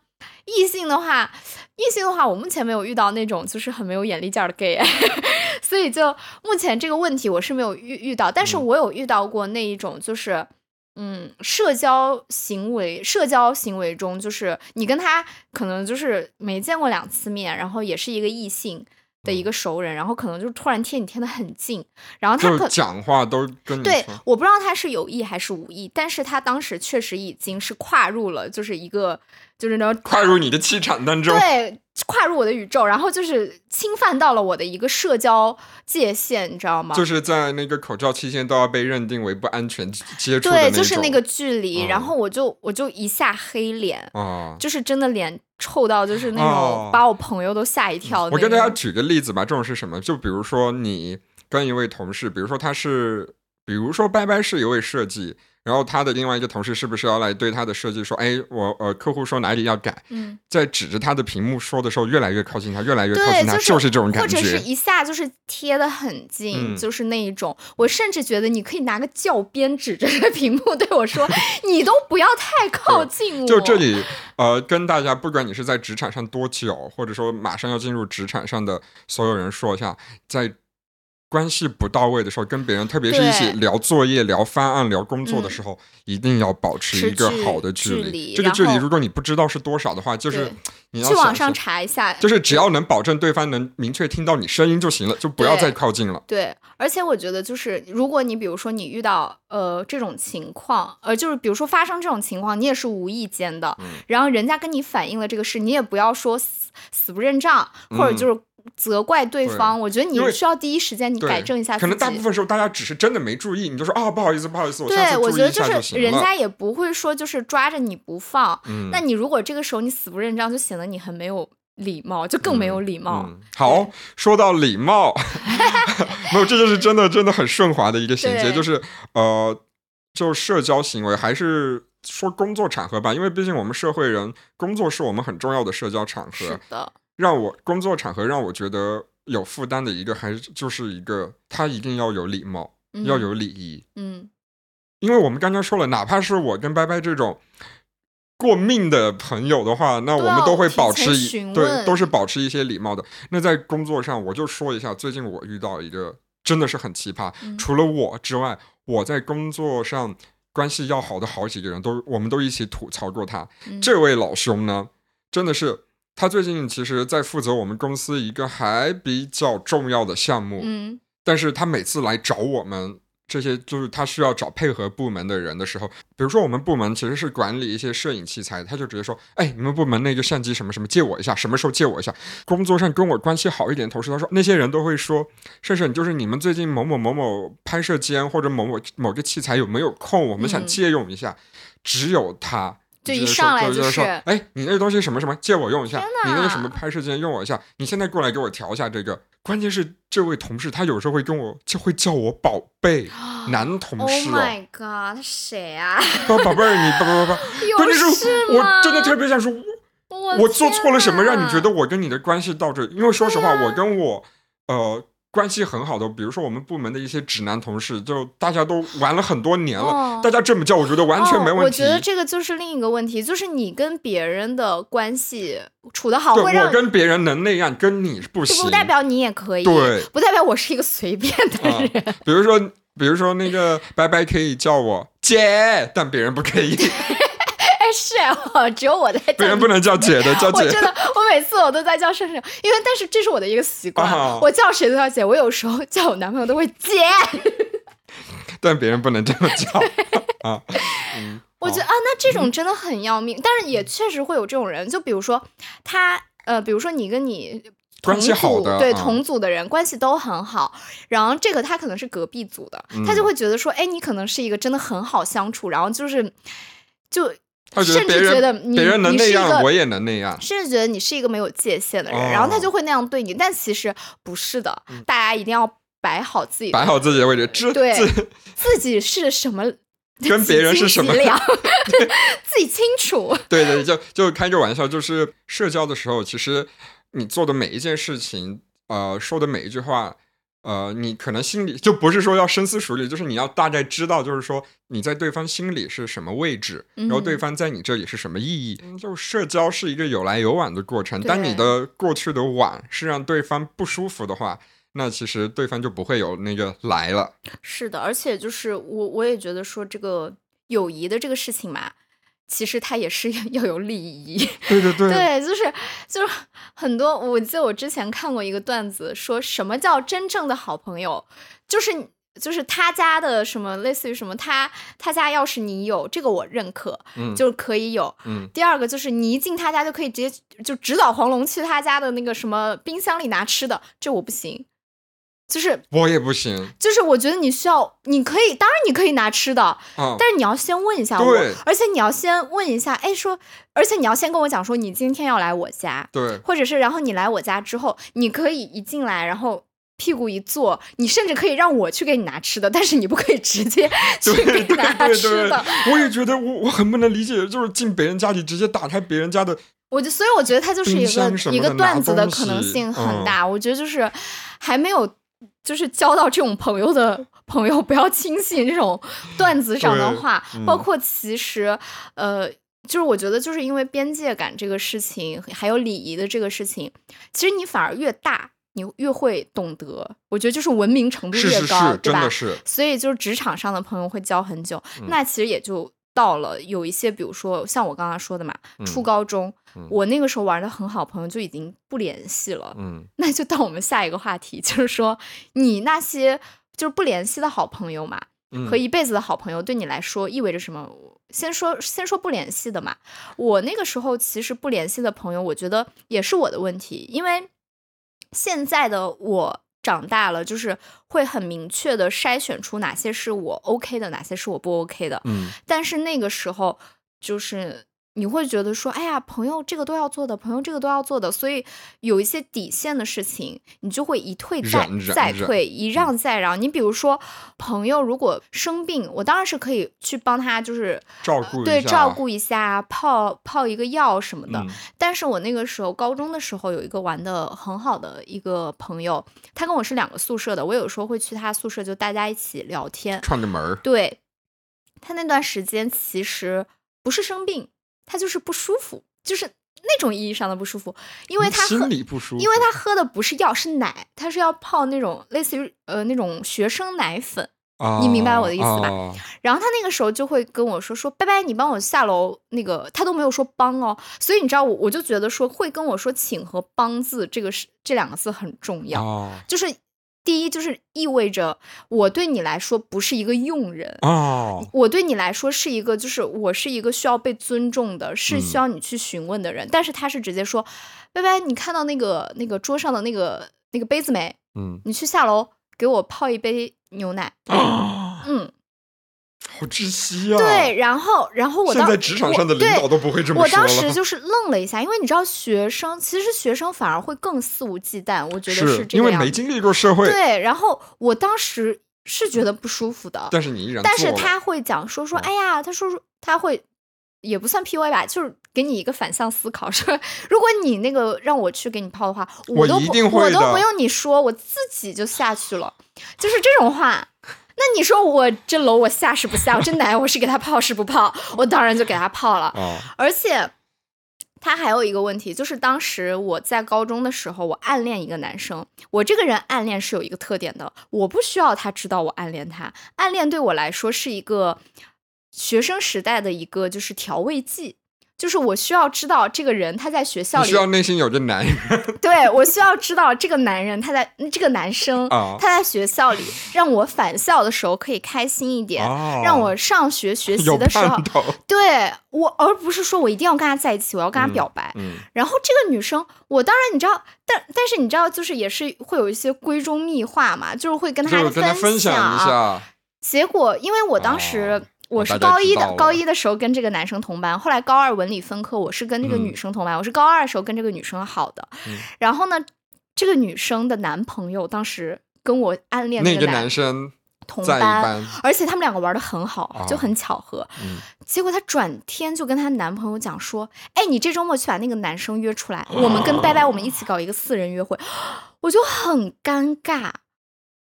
异性的话，我目前没有遇到那种就是很没有眼力劲儿的 gay， 所以就目前这个问题我是没有遇到，但是我有遇到过那一种就是社交行为中，就是你跟他可能就是没见过2次面，然后也是一个异性的一个熟人，然后可能就突然贴你贴得很近，然后他就讲话都跟你对说， 我不知道他是有意还是无意，但是他当时确实已经是跨入了，就是一个就是那种跨入你的气场当中， 对，跨入我的宇宙，然后就是侵犯到了我的一个社交界限，你知道吗？ 就是在那个口罩期间都要被认定为不安全接触的那对， 种， 就是那个距离，然后我就一下黑脸，就是真的脸臭到就是那种把我朋友都吓一跳。 我跟大家举个例子吧，这种是什么？就比如说你跟一位同事，比如说拜拜是一位设计，然后他的另外一个同事是不是要来对他的设计说，哎，客户说哪里要改，在指着他的屏幕说的时候，越来越靠近他，越来越靠近他，就是这种感觉， 或者是一下就是贴得很近，就是那一种。我甚至觉得你可以拿个教鞭指着这屏幕对我说，你都不要太靠近我。 就这里跟大家，不管你是在职场上多久，或者说马上要进入职场上的所有人说一下，在关系不到位的时候，跟别人特别是一起聊作业、聊方案、聊工作的时候，一定要保持一个好的距离。这个距离如果你不知道是多少的话，就是你要去网上查一下， 就是只要能保证对方能明确听到你声音就行了，就不要再靠近了。 对，而且我觉得就是如果你比如说你遇到这种情况，就是比如说发生这种情况，你也是无意间的，然后人家跟你反映了这个事，你也不要说死不认账，或者就是责怪对方，我觉得你需要第一时间你改正一下自己。 可能大部分时候大家只是真的没注意，你就说不好意思，我下次注意一下就行了。 对，我觉得就是人家也不会说就是抓着你不放。那你如果这个时候你死不认账，就显得你很没有礼貌，就更没有礼貌。 好，说到礼貌，没有，这就是真的很顺滑的一个衔接，就是就社交行为还是。说工作场合吧，因为毕竟我们社会人，工作是我们很重要的社交场合。 是的， 工作场合让我觉得有负担的一个，还是就是一个他一定要有礼貌，要有礼仪。因为我们刚刚说了，哪怕是我跟拜拜这种过命的朋友的话，那我们都会保持都是保持一些礼貌的。那在工作上，我就说一下，最近我遇到一个真的是很奇葩，除了我之外，我在工作上。关系要好的好几个人我们都一起吐槽过他。这位老兄呢，真的是他最近其实在负责我们公司一个还比较重要的项目，但是他每次来找我们这些就是他需要找配合部门的人的时候，比如说我们部门其实是管理一些摄影器材，他就直接说，哎，你们部门那个相机什么什么借我一下，什么时候借我一下。工作上跟我关系好一点的同事，他说那些人都会说，婶婶，就是你们最近某某某某拍摄间或者某个器材有没有空，我们想借用一下。只有他就一上来就是说， 哎，你那个东西什么什么借我用一下，你那个什么拍摄间用我一下，你现在过来给我调一下这个。关键是这位同事他有时候会叫我宝贝，男同事。 Oh my god， 他谁啊？ 宝贝儿，你不，关键是我真的特别想说，我做错了什么让你觉得我跟你的关系到这？因为说实话，我跟我关系很好的，比如说我们部门的一些直男同事，就大家都玩了很多年了，大家这么叫，我觉得完全没问题。 我觉得这个就是另一个问题，就是你跟别人的关系处得好， 对，我跟别人能那样，跟你不行， 不代表你也可以， 对， 不代表我是一个随便的人。 比如说那个拜拜可以叫我姐，但别人不可以。 是只有我在叫， 别人不能叫姐的，叫姐。 我真的，我每次我都在叫婶婶，但是这是我的一个习惯，我叫谁都叫姐。我有时候叫我男朋友都会姐， 但别人不能这么叫啊。 我觉得那这种真的很要命，但是也确实会有这种人，就比如说他比如说你跟你关系好的， 对同组的人关系都很好，然后这个他可能是隔壁组的，他就会觉得说，哎，你可能是一个真的很好相处，然后就甚至觉得别人能那样，我也能那样， 甚至觉得你是一个没有界限的人，然后他就会那样对你，但其实不是的，大家一定要摆好自己的位置， 对，自己是什么， 跟别人是什么， 自己清楚。 对，就开个玩笑，就是社交的时候，其实你做的每一件事情，说的每一句话， 你可能心里就不是说要深思熟虑，就是你要大概知道，就是说你在对方心里是什么位置，然后对方在你这里是什么意义。就社交是一个有来有往的过程，当你的过去的往是让对方不舒服的话，那其实对方就不会有那个来了。 是的，而且就是我也觉得说这个友谊的这个事情嘛，其实它也是要有礼仪。 对对对， 对，就是很多，我记得我之前看过一个段子，说什么叫真正的好朋友，就是他家的什么类似于什么他家要是你有这个我认可，就可以有。第二个就是你一进他家就可以直接就直捣黄龙去他家的那个什么冰箱里拿吃的，这我不行。就是我也不行， 就是我觉得你可以，当然你可以拿吃的，但是你要先问一下我，而且你要先问一下，哎，而且你要先跟我讲说你今天要来我家， 对， 或者是然后你来我家之后，你可以一进来，然后屁股一坐，你甚至可以让我去给你拿吃的，但是你不可以直接去给你拿吃的。 我也觉得我很不能理解，就是进别人家里直接打开别人家的， 所以我觉得它就是一个段子的可能性很大。我觉得就是还没有。就是交到这种朋友的朋友，不要轻信这种段子上的话。包括其实就是我觉得就是因为边界感这个事情，还有礼仪的这个事情，其实你反而越大你越会懂得。我觉得就是文明程度越高， 是对吧？ 真的是。 所以就是职场上的朋友会交很久，那其实也就到了有一些比如说像我刚刚说的嘛，初高中我那个时候玩的很好朋友就已经不联系了，那就到我们下一个话题，就是说你那些就是不联系的好朋友嘛，和一辈子的好朋友对你来说意味着什么？先说不联系的嘛。我那个时候其实不联系的朋友，我觉得也是我的问题，因为现在的我长大了，就是会很明确的筛选出哪些是我 OK 的，哪些是我不 OK 的。但是那个时候就是你会觉得说，哎呀，朋友这个都要做的，朋友这个都要做的，所以有一些底线的事情，你就会一退再退，一让再让。你比如说，朋友如果生病，我当然是可以去帮他，就是照顾一下，泡一个药什么的。但是我那个时候高中的时候，有一个玩的很好的一个朋友，他跟我是2个宿舍的，我有时候会去他宿舍，就大家一起聊天， 串着门。 对，他那段时间其实不是生病。他就是不舒服，就是那种意义上的不舒服，因为他心里不舒服， 因为他喝的不是药，是奶，他是要泡那种类似于那种学生奶粉，你明白我的意思吧？然后他那个时候就会跟我说拜拜，你帮我下楼，那个他都没有说帮哦，所以你知道我就觉得说会跟我说请和帮字，这2个字很重要，就是第一就是意味着我对你来说不是一个佣人，我对你来说是一个就是我是一个需要被尊重的，是需要你去询问的人。但是他是直接说拜拜，你看到那个桌上的那个杯子没？你去下楼给我泡一杯牛奶。 好窒息啊！ 对，然后我现在职场上的领导都不会这么说了。 我当时就是愣了一下，因为你知道其实学生反而会更肆无忌惮，我觉得是这个样子， 因为没经历过社会。 对，然后我当时是觉得不舒服的， 但是你依然但是他会讲说哎呀，他会也不算 PUA 吧，就是给你一个反向思考，说如果你那个让我去给你泡的话，我都不用你说，我自己就下去了，就是这种话。那你说我这楼我下是不下？我这奶我是给他泡是不泡？我当然就给他泡了。而且他还有一个问题，就是当时我在高中的时候，我暗恋一个男生。我这个人暗恋是有一个特点的，我不需要他知道我暗恋他。暗恋对我来说是一个学生时代的一个就是调味剂。就是我需要知道这个人他在学校里， 你需要内心有个男人。 对，我需要知道这个男人这个男生他在学校里让我返校的时候可以开心一点，让我上学学习的时候，对我，而不是说我一定要跟他在一起，我要跟他表白。然后这个女生，我当然你知道，但是你知道，就是也是会有一些闺中密话嘛，就是会跟他分享一下。 结果因为我当时。我是高一的时候跟这个男生同班，后来高2文理分科，我是跟这个女生同班。我是高2的时候跟这个女生好的，然后呢，这个女生的男朋友当时跟我暗恋那个男生同班，而且他们2个玩得很好，就很巧合。结果她转天就跟她男朋友讲说：“哎，你这周末去把那个男生约出来，我们跟拜拜，我们一起搞一个4人约会。”我就很尴尬。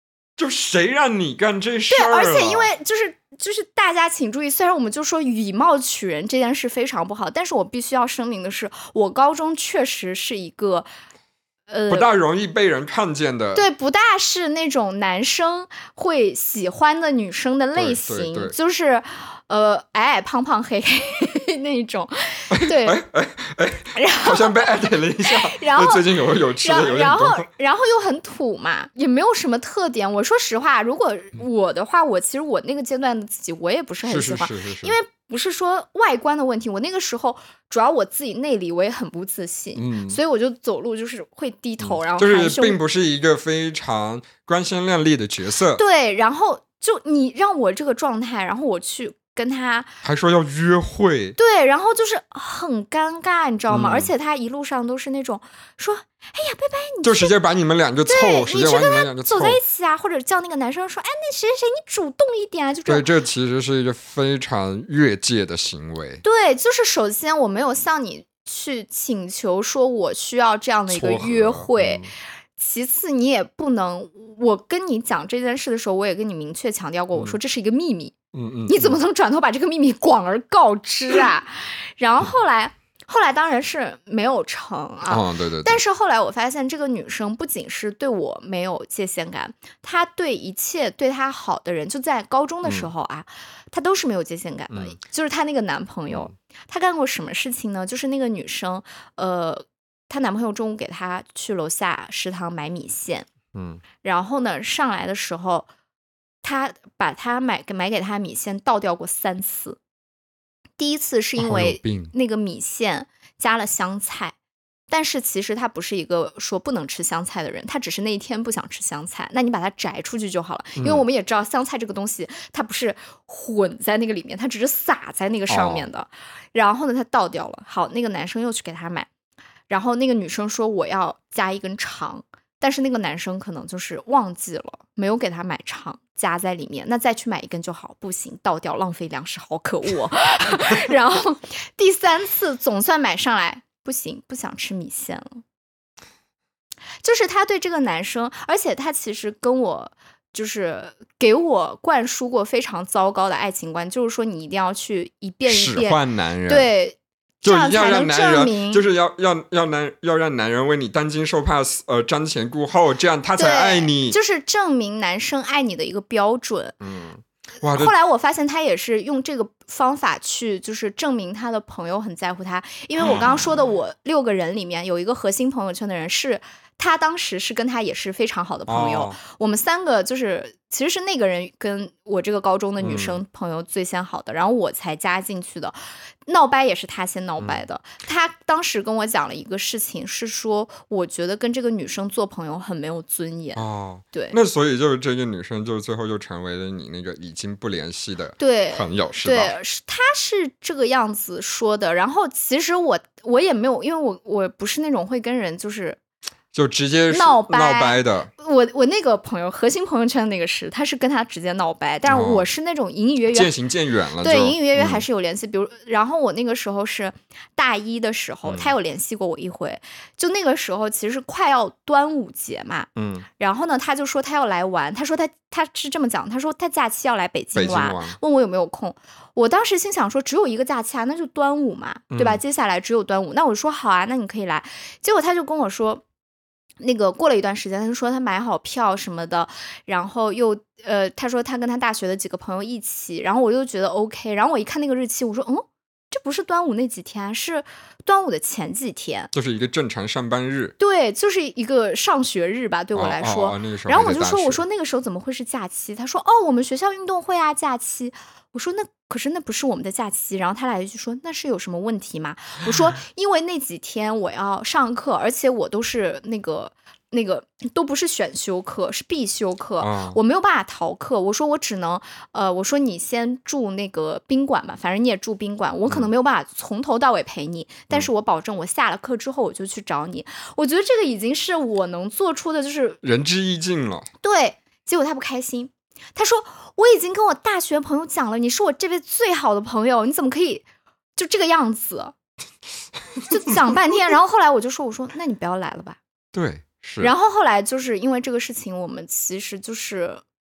就谁让你干这事对， 儿而且了因为就是大家请注意，虽然我们就说以貌取人这件事非常不好，但是我必须要声明的是，我高中确实是一个不大容易被人看见的， 对，不大是那种男生会喜欢的女生的类型， 对对对就是矮矮胖胖黑黑那种，对， 好像被艾特了一下。 然后最近有吃的有点然后多， 然后又很土嘛，也没有什么特点。我说实话，如果我的话，其实我那个阶段的自己，我也不是很喜欢， 是因为不是说外观的问题，我那个时候主要我自己内里我也很不自信，所以我就走路就是会低头，然后就是并不是一个非常光鲜亮丽的角色。 对，然后就你让我这个状态，然后我去跟他还说要约会， 对，然后就是很尴尬，你知道吗？而且他一路上都是那种说，哎呀，拜拜，你就直接把你们两个凑，直接把你们两个凑走在一起啊，或者叫那个男生说，哎，那谁谁你主动一点啊，就这对，这其实是一个非常越界的行为。 对，就是首先我没有向你去请求说我需要这样的一个约会。其次，你也不能，我跟你讲这件事的时候，我也跟你明确强调过，我说这是一个秘密，你怎么能转头把这个秘密广而告之啊？然后后来当然是没有成啊， 对。 但是后来我发现，这个女生不仅是对我没有界限感，她对一切对她好的人，就在高中的时候啊，她都是没有界限感的。就是她那个男朋友，她干过什么事情呢？就是那个女生，她男朋友中午给她去楼下食堂买米线，然后呢上来的时候，她把她买给她米线倒掉过3次。第一次是因为那个米线加了香菜，但是其实他不是一个说不能吃香菜的人，他只是那一天不想吃香菜，那你把它摘出去就好了，因为我们也知道香菜这个东西它不是混在那个里面，它只是撒在那个上面的。然后呢他倒掉了，好，那个男生又去给他买，然后那个女生说我要加一根肠，但是那个男生可能就是忘记了，没有给他买肠加在里面，那再去买一根就好，不行，倒掉，浪费粮食，好可恶然后第3次总算买上来，不行，不想吃米线了。就是他对这个男生，而且他其实跟我就是给我灌输过非常糟糕的爱情观，就是说你一定要去一遍一遍使唤男人， 对， 就这样才能证明， 就是要让男人为你担惊受怕，瞻前顾后，这样他才爱你， 就是证明男生爱你的一个标准。 哇！ 后来我发现他也是用这个方法去，就是证明他的朋友很在乎他。因为我刚刚说的，我6个人里面有一个核心朋友圈的人是他当时是跟他也是非常好的朋友，我们3个就是其实是那个人跟我这个高中的女生朋友最先好的，然后我才加进去的。闹掰也是他先闹掰的，他当时跟我讲了一个事情，是说我觉得跟这个女生做朋友很没有尊严。对， 那所以就是这个女生就最后就成为了你那个已经不联系的朋友，是吧？ 对，他是这个样子说的。然后其实我也没有，因为我不是那种会跟人就直接闹掰的。 我那个朋友核心朋友圈那个他是跟他直接闹掰，但是我是那种隐隐约约渐行渐远了， 对，隐隐约约还是有联系。比如，然后我那个时候是大1的时候，他有联系过我一回，就那个时候其实是快要端午节嘛，然后呢他就说他要来玩，他说他是这么讲，他说他假期要来北京玩，问我有没有空。我当时心想说只有一个假期啊，那就端午嘛，对吧？接下来只有端午，那我说好啊，那你可以来。结果他就跟我说，那个过了一段时间，他就说他买好票什么的，然后又他说他跟他大学的几个朋友一起，然后我又觉得 OK， 然后我一看那个日期，我说这不是端午那几天，是端午的前几天， 就是一个正常上班日， 对，就是一个上学日吧，对我来说。 那个时候然后我说那个时候怎么会是假期？他说我们学校运动会啊，假期。我说可是那不是我们的假期。然后他来一句说那是有什么问题吗？我说因为那几天我要上课，而且我都是那个都不是选修课，是必修课，我没有办法逃课。我说我只能我说你先住那个宾馆吧，反正你也住宾馆，我可能没有办法从头到尾陪你，但是我保证我下了课之后我就去找你。我觉得这个已经是我能做出的，就是仁至义尽了。 对，结果他不开心，他说我已经跟我大学朋友讲了，你是我这辈子最好的朋友，你怎么可以就这个样子就讲半天。然后后来我说那你不要来了吧。 对，是。 然后后来就是因为这个事情，我们其实就是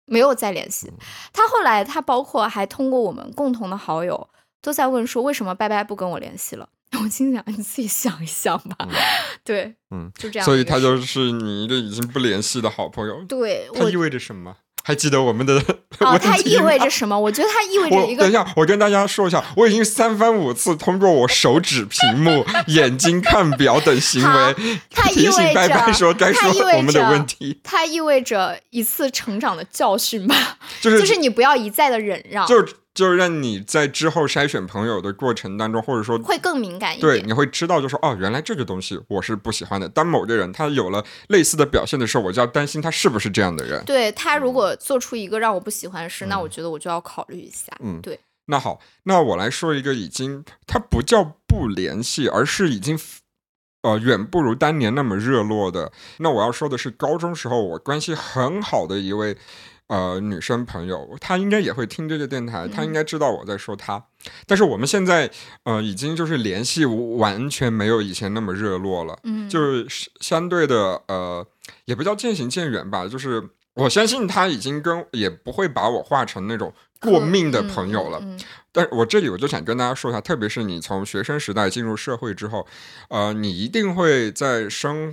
没有再联系。他后来他包括还通过我们共同的好友都在问说为什么拜拜不跟我联系了。我心想你自己想一想吧。对，就这样。 所以他就是你一个已经不联系的好朋友。 对， 它意味着什么？还记得我们的问题吗？ 它意味着什么？我觉得它意味着一个。 等一下，我跟大家说一下，我已经3番5次通过我手指屏幕、眼睛看表等行为，提醒拜拜说该说我们的问题。 它意味着一次成长的教训吧， 就是你不要一再的忍让。 就让你在之后筛选朋友的过程当中，或者说会更敏感一点。 对，你会知道，就说哦，原来这个东西我是不喜欢的。当某个人他有了类似的表现的时候，我就要担心他是不是这样的人。 对，他如果做出一个让我不喜欢的事，那我觉得我就要考虑一下。对。 那好，那我来说一个它不叫不联系，而是已经远不如当年那么热络的。那我要说的是高中时候我关系很好的一位女生朋友，她应该也会听这个电台，她应该知道我在说她。但是我们现在已经就是联系完全没有以前那么热络了，就是相对的也不叫渐行渐远吧，就是我相信她已经也不会把我划成那种过命的朋友了。但我这里我就想跟大家说一下，特别是你从学生时代进入社会之后，你一定会在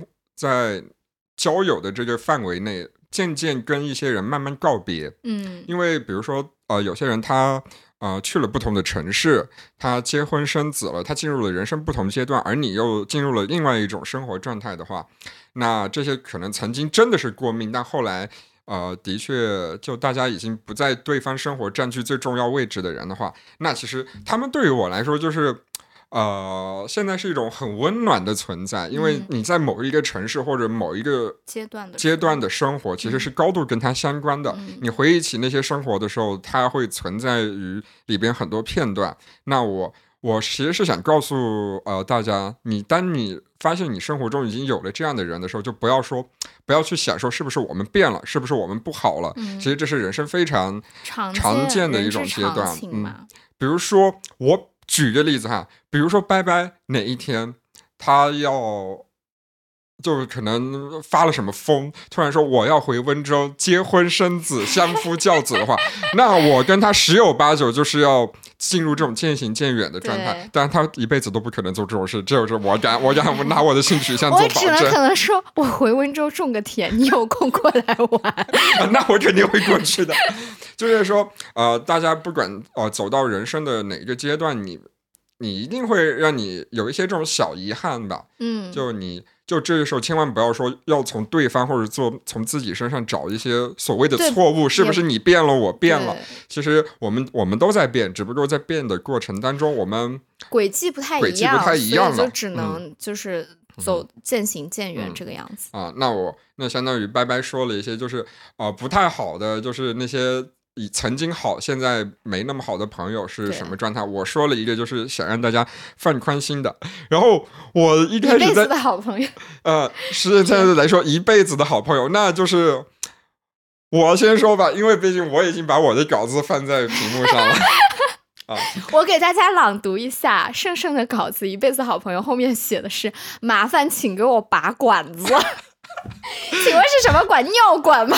交友的这个范围内渐渐跟一些人慢慢告别。因为比如说有些人他去了不同的城市，他结婚生子了，他进入了人生不同阶段，而你又进入了另外一种生活状态的话，那这些可能曾经真的是过命，但后来的确就大家已经不在对方生活占据最重要位置的人的话，那其实他们对于我来说就是现在是一种很温暖的存在，因为你在某一个城市或者某一个阶段的生活其实是高度跟它相关的。你回忆起那些生活的时候，它会存在于里边很多片段。那我其实是想告诉大家，当你发现你生活中已经有了这样的人的时候，就不要去想说是不是我们变了，是不是我们不好了。其实这是人生非常常见的一种阶段。比如说我举个例子哈，比如说拜拜哪一天他就是可能发了什么疯，突然说我要回温州结婚生子相夫教子的话，那我跟他10有8九就是要进入这种渐行渐远的状态。当然他一辈子都不可能做这种事，就是我敢拿我的性取向做保证。 我只能可能说我回温州种个田，你有空过来玩。 那我肯定会过去的。就是说大家不管走到人生的哪个阶段，你一定会让你有一些这种小遗憾吧。就这个时候千万不要说要从对方或者从自己身上找一些所谓的错误，是不是你变了我变了。其实我们都在变，只不过在变的过程当中我们轨迹不太一样，所以就只能就是走渐行渐远这个样子。 那相当于拜拜说了一些就是不太好的，就是那些曾经好现在没那么好的朋友是什么状态。我说了一个就是想让大家放宽心的，然后我一开始一辈子的好朋友实在来说一辈子的好朋友，那就是我先说吧，因为毕竟我已经把我的稿子放在屏幕上了。 我给大家朗读一下盛盛的稿子，一辈子好朋友后面写的是麻烦请给我拔管子。请问是什么管？尿管吗？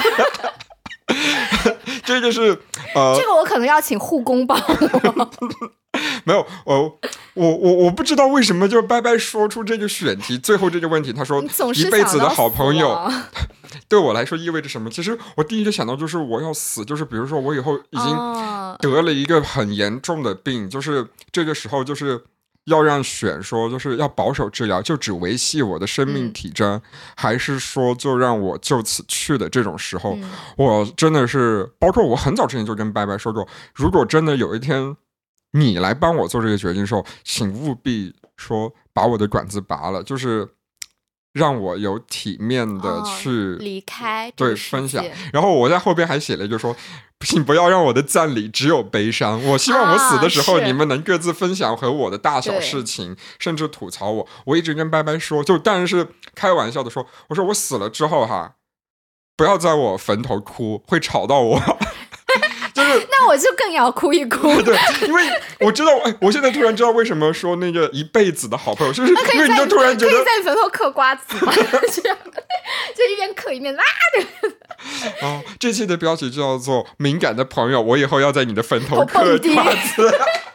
这就是这个我可能要请护工帮我。 没有我不知道为什么就拜拜说出这个选题，最后这个问题他说一辈子的好朋友对我来说意味着什么。其实我第一个想到就是我要死，就是比如说我以后已经得了一个很严重的病，就是这个时候就是要让选说就是要保守治疗，就只维系我的生命体征，还是说就让我就此去的这种时候，我真的是包括我很早之前就跟拜拜说过，如果真的有一天你来帮我做这个决定的时候，请务必说把我的管子拔了，就是让我有体面的去离开对分享。然后我在后边还写了一句说，请不要让我的葬礼只有悲伤，我希望我死的时候你们能各自分享和我的大小事情，甚至吐槽我。我一直跟拜拜说，就当然是开玩笑的说，我说我死了之后哈，不要在我坟头哭，会吵到我。就是就是那我就更要哭一哭。 对，因为我知道，我现在突然知道为什么说那个一辈子的好朋友，就是因为你就突然觉得可以在你坟头嗑瓜子吗？就一边嗑一边哦，这期的标题就叫做“敏感的朋友”，我以后要在你的坟头嗑瓜子。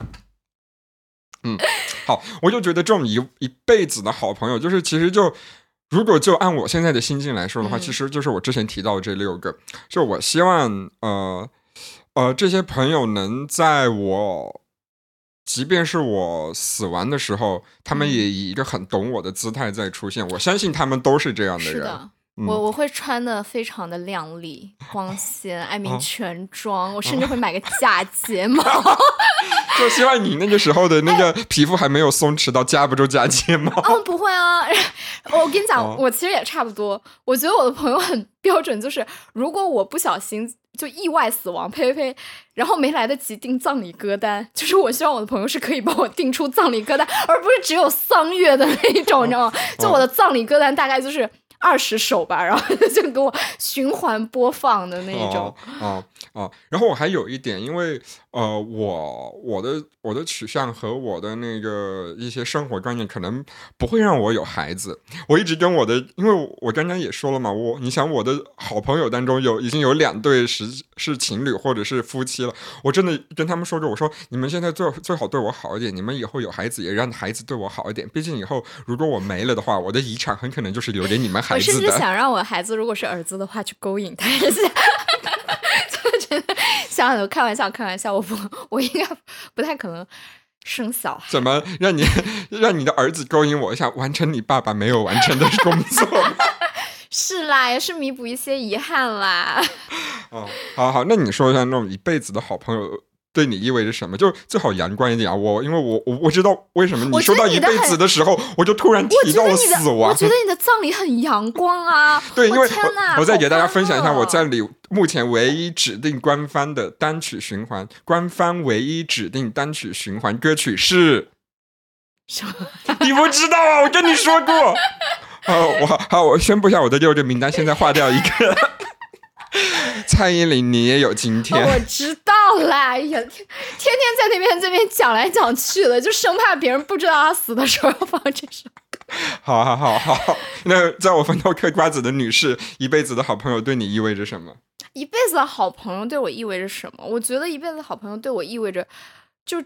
好，我就觉得这种一辈子的好朋友，就是其实就如果就按我现在的心境来说的话，其实就是我之前提到的这6个，就我希望这些朋友能在我即便是我死亡的时候，他们也以一个很懂我的姿态在出现。我相信他们都是这样的人。 是的。我会穿的非常的亮丽光鲜，爱民全妆，我甚至会买个假睫毛。 就希望你那个时候的那个皮肤还没有松弛到夹不住假睫毛。 不会啊，我跟你讲，我其实也差不多。我觉得我的朋友很标准，就是如果我不小心就意外死亡，呸，然后没来得及订葬礼歌单，就是我希望我的朋友是可以帮我订出葬礼歌单，而不是只有丧乐的那一种，你知道吗？就我的葬礼歌单大概就是20首吧，然后就给我循环播放的那一种。 然后我还有一点，因为我的取向和我的那个一些生活观念可能不会让我有孩子。我一直跟我的，因为我刚刚也说了嘛，你想我的好朋友当中已经有2对是情侣或者是夫妻了，我真的跟他们说过，我说你们现在最好对我好一点，你们以后有孩子也让孩子对我好一点，毕竟以后如果我没了的话，我的遗产很可能就是留给你们孩子的。 我甚至想让我孩子如果是儿子的话去勾引他一下。就觉得想开玩笑，我应该不太可能生小孩。 怎么让你的儿子勾引我一下，完成你爸爸没有完成的工作？ 是啦，也是弥补一些遗憾啦。 好，那你说一下那种一辈子的好朋友对你意味着什么？就最好阳光一点啊！因为我知道为什么你说到一辈子的时候，我就突然提到了死亡。 我觉得你的葬礼很阳光啊！ 对，因为我再给大家分享一下我葬礼目前唯一指定官方的单曲循环，官方唯一指定单曲循环歌曲是什么？ 你不知道啊？我跟你说过。我宣布一下我的6个名单，现在划掉一个。蔡依林，你也有今天。 我知道啦，天天在这边讲来讲去的，就生怕别人不知道他死的时候要放这首歌。 好，那在我坟头嗑瓜子的女士，一辈子的好朋友对你意味着什么？ 一辈子的好朋友对我意味着什么？我觉得一辈子的好朋友对我意味着就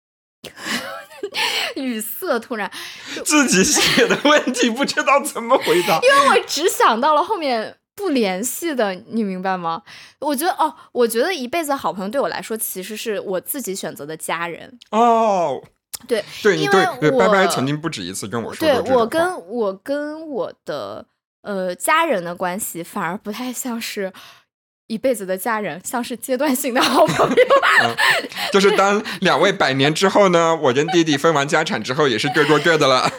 语塞，突然自己写的问题不知道怎么回答， 因为我只想到了后面不联系的，你明白吗？我觉得一辈子的好朋友对我来说，其实是我自己选择的家人。对，因为拜拜曾经不止一次跟我说过这个话。 对，我跟我的家人的关系反而不太像是一辈子的家人，像是阶段性的好朋友。 就是当2位100年之后呢，我跟弟弟分完家产之后，也是各过各的了。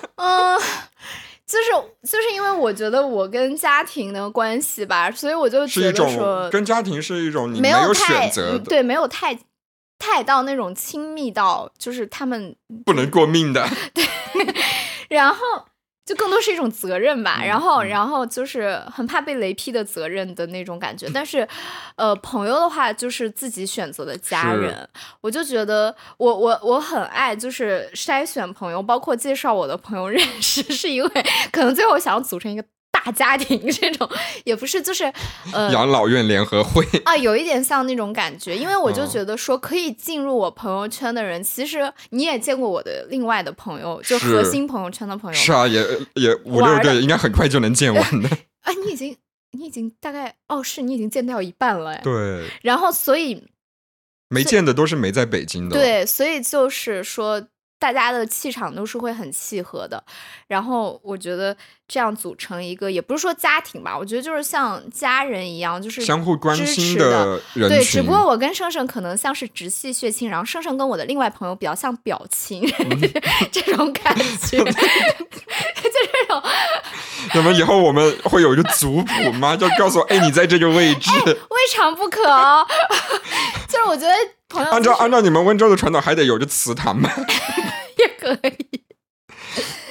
就是因为我觉得我跟家庭的关系吧，所以我就觉得说跟家庭是一种你没有选择的， 对，没有太到那种亲密到就是他们不能过命的。 对，然后就更多是一种责任吧，然后就是很怕被雷劈的责任的那种感觉。但是朋友的话就是自己选择的家人，我就觉得我很爱就是筛选朋友，包括介绍我的朋友认识，是因为可能最后想要组成一个大家庭，这种也不是，就是养老院联合会啊，有一点像那种感觉。因为我就觉得说可以进入我朋友圈的人，其实你也见过我的另外的朋友，就核心朋友圈的朋友。 是啊，也5、6个，应该很快就能见完的。 啊，你已经大概是你已经见掉一半了。 对， 然后所以没见的都是没在北京的。 对，所以就是说大家的气场都是会很契合的。然后我觉得这样组成一个，也不是说家庭吧，我觉得就是像家人一样，就是相互关心的人群。 对，只不过我跟盛盛可能像是直系血亲，然后盛盛跟我的另外朋友比较像表亲，这种感觉。就这种。 那么以后我们会有一个族谱吗？就告诉我，你在这个位置。 未尝不可哦。就是我觉得朋友、就是、 按照你们温州的传统，还得有个祠堂吗？ 也可以。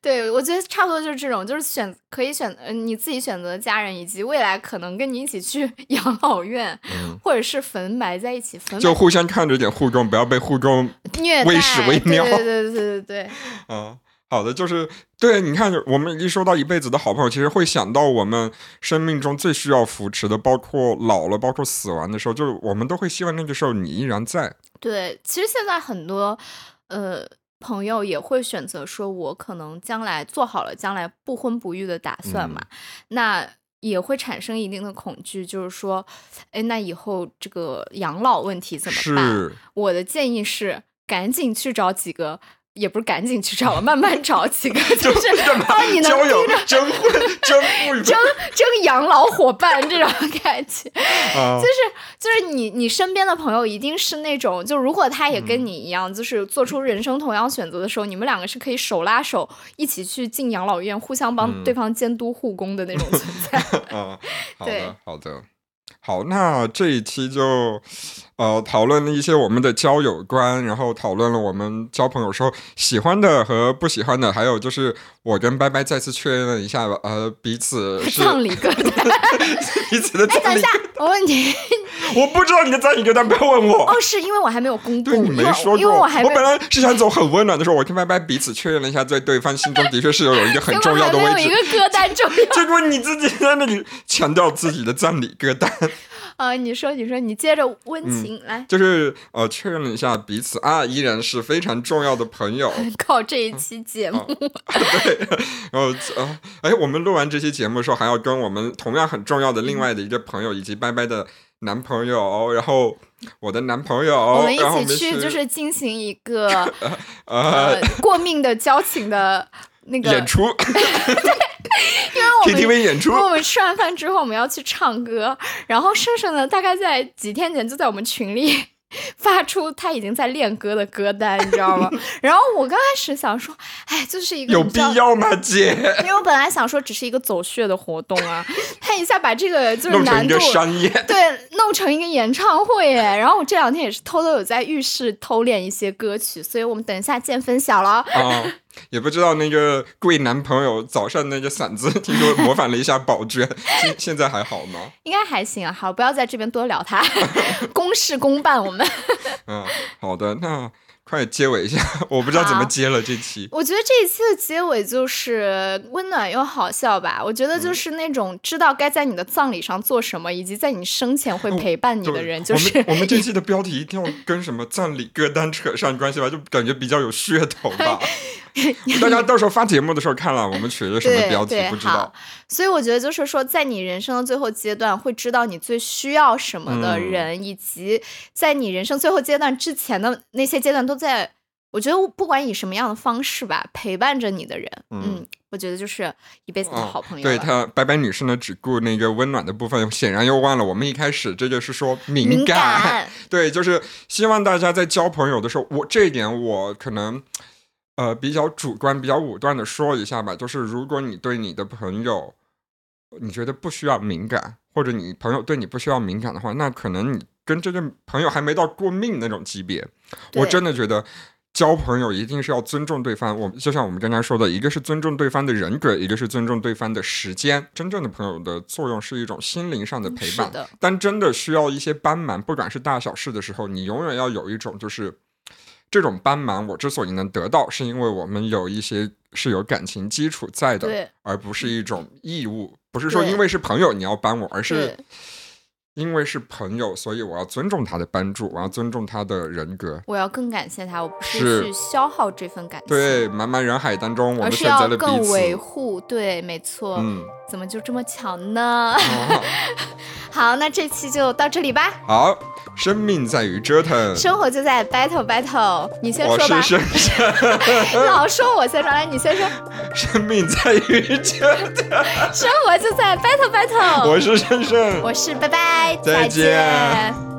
对，我觉得差不多就是这种，就是可以选你自己选择的家人，以及未来可能跟你一起去养老院，或者是坟埋在一起， 就互相看着点互动，不要被互动虐待喂屎喂尿。 对。 好的，就是对，你看，我们一说到一辈子的好朋友，其实会想到我们生命中最需要扶持的，包括老了，包括死亡的时候，就是我们都会希望那个时候你依然在。 对，其实现在很多朋友也会选择说，我可能将来做好了将来不婚不育的打算嘛，那也会产生一定的恐惧，就是说，哎，那以后这个养老问题怎么办？我的建议是，赶紧去找几个。也不是赶紧去找了，慢慢找几个，就是帮你能交友、征婚、 征养老伙伴这种感觉，就是你身边的朋友一定是那种，就如果他也跟你一样，就是做出人生同样选择的时候，你们两个是可以手拉手一起去进养老院，互相帮对方监督护工的那种存在。 好的。好，那这一期就讨论了一些我们的交友观，然后讨论了我们交朋友时候喜欢的和不喜欢的，还有就是我跟拜拜再次确认了一下彼此是葬礼歌单彼此的葬礼。 等一下，我问你， 我不知道你的葬礼歌单，不要问我。 哦，是因为我还没有公布， 对，你没说过。 因为我本来是想走很温暖的时候，我跟拜拜彼此确认了一下，在对方心中的确是有一个很重要的位置。 有一个歌单重要。 结果你自己在那里强调自己的葬礼歌单。 你说，你接着温情来。 就是确认了一下彼此依然是非常重要的朋友。 靠这一期节目。 对，然后我们录完这期节目的时候，还要跟我们同样很重要的另外的一个朋友，以及拜拜的男朋友，然后我的男朋友， 我们一起去就是进行一个过命的交情的那个演出。 因为我们 KTV 演出， 我们吃完饭之后我们要去唱歌，然后盛盛呢大概在几天前就在我们群里发出他已经在练歌的歌单，你知道吗？然后我刚开始想说，就是一个有必要吗，姐？ 因为我本来想说只是一个走穴的活动啊，他一下把这个就是难度弄成一个商业， 对，弄成一个演唱会耶。然后我这2天也是偷偷有在浴室偷练一些歌曲，所以我们等一下见分晓了。 也不知道那个贵男朋友早上那个嗓子，听说模仿了一下宝娟，现在还好吗？ 应该还行啊。好，不要在这边多聊他，公事公办我们。 好的，那快结尾一下，我不知道怎么接了这期。 我觉得这一期的结尾就是温暖又好笑吧。我觉得就是那种知道该在你的葬礼上做什么，以及在你生前会陪伴你的人，就是我们这期的标题一定要跟什么葬礼歌单扯上关系吧，就感觉比较有噱头吧。大家到时候发节目的时候看了我们取了什么标题不知道。 所以我觉得就是说，在你人生的最后阶段会知道你最需要什么的人，以及在你人生最后阶段之前的那些阶段都在，我觉得不管以什么样的方式吧，陪伴着你的人，我觉得就是一辈子的好朋友。 对，他白白女士呢只顾那个温暖的部分，显然又忘了我们一开始这就是说敏感。对，就是希望大家在交朋友的时候，这一点我可能比较主观比较武断的说一下吧，就是如果你对你的朋友你觉得不需要敏感，或者你朋友对你不需要敏感的话，那可能你跟这个朋友还没到过命那种级别。我真的觉得交朋友一定是要尊重对方，就像我们刚才说的，一个是尊重对方的人格，一个是尊重对方的时间。真正的朋友的作用是一种心灵上的陪伴，但真的需要一些帮忙，不管是大小事的时候，你永远要有一种就是这种帮忙我之所以能得到，是因为我们有一些是有感情基础在的，而不是一种义务。不是说因为是朋友你要帮我，而是因为是朋友，所以我要尊重他的帮助，我要尊重他的人格， 我要更感谢他，我不是去消耗这份感情。 对，茫茫人海当中我们选择了彼此， 而是要更维护。对，没错。怎么就这么巧呢？好，那这期就到这里吧。 好，生命在于折腾， 生活就在 battle。你先说吧。 我是生生。 老说我先说，来你先说。 生命在于折腾， 生活就在 battle。 我是生生， 我是拜拜， 再见。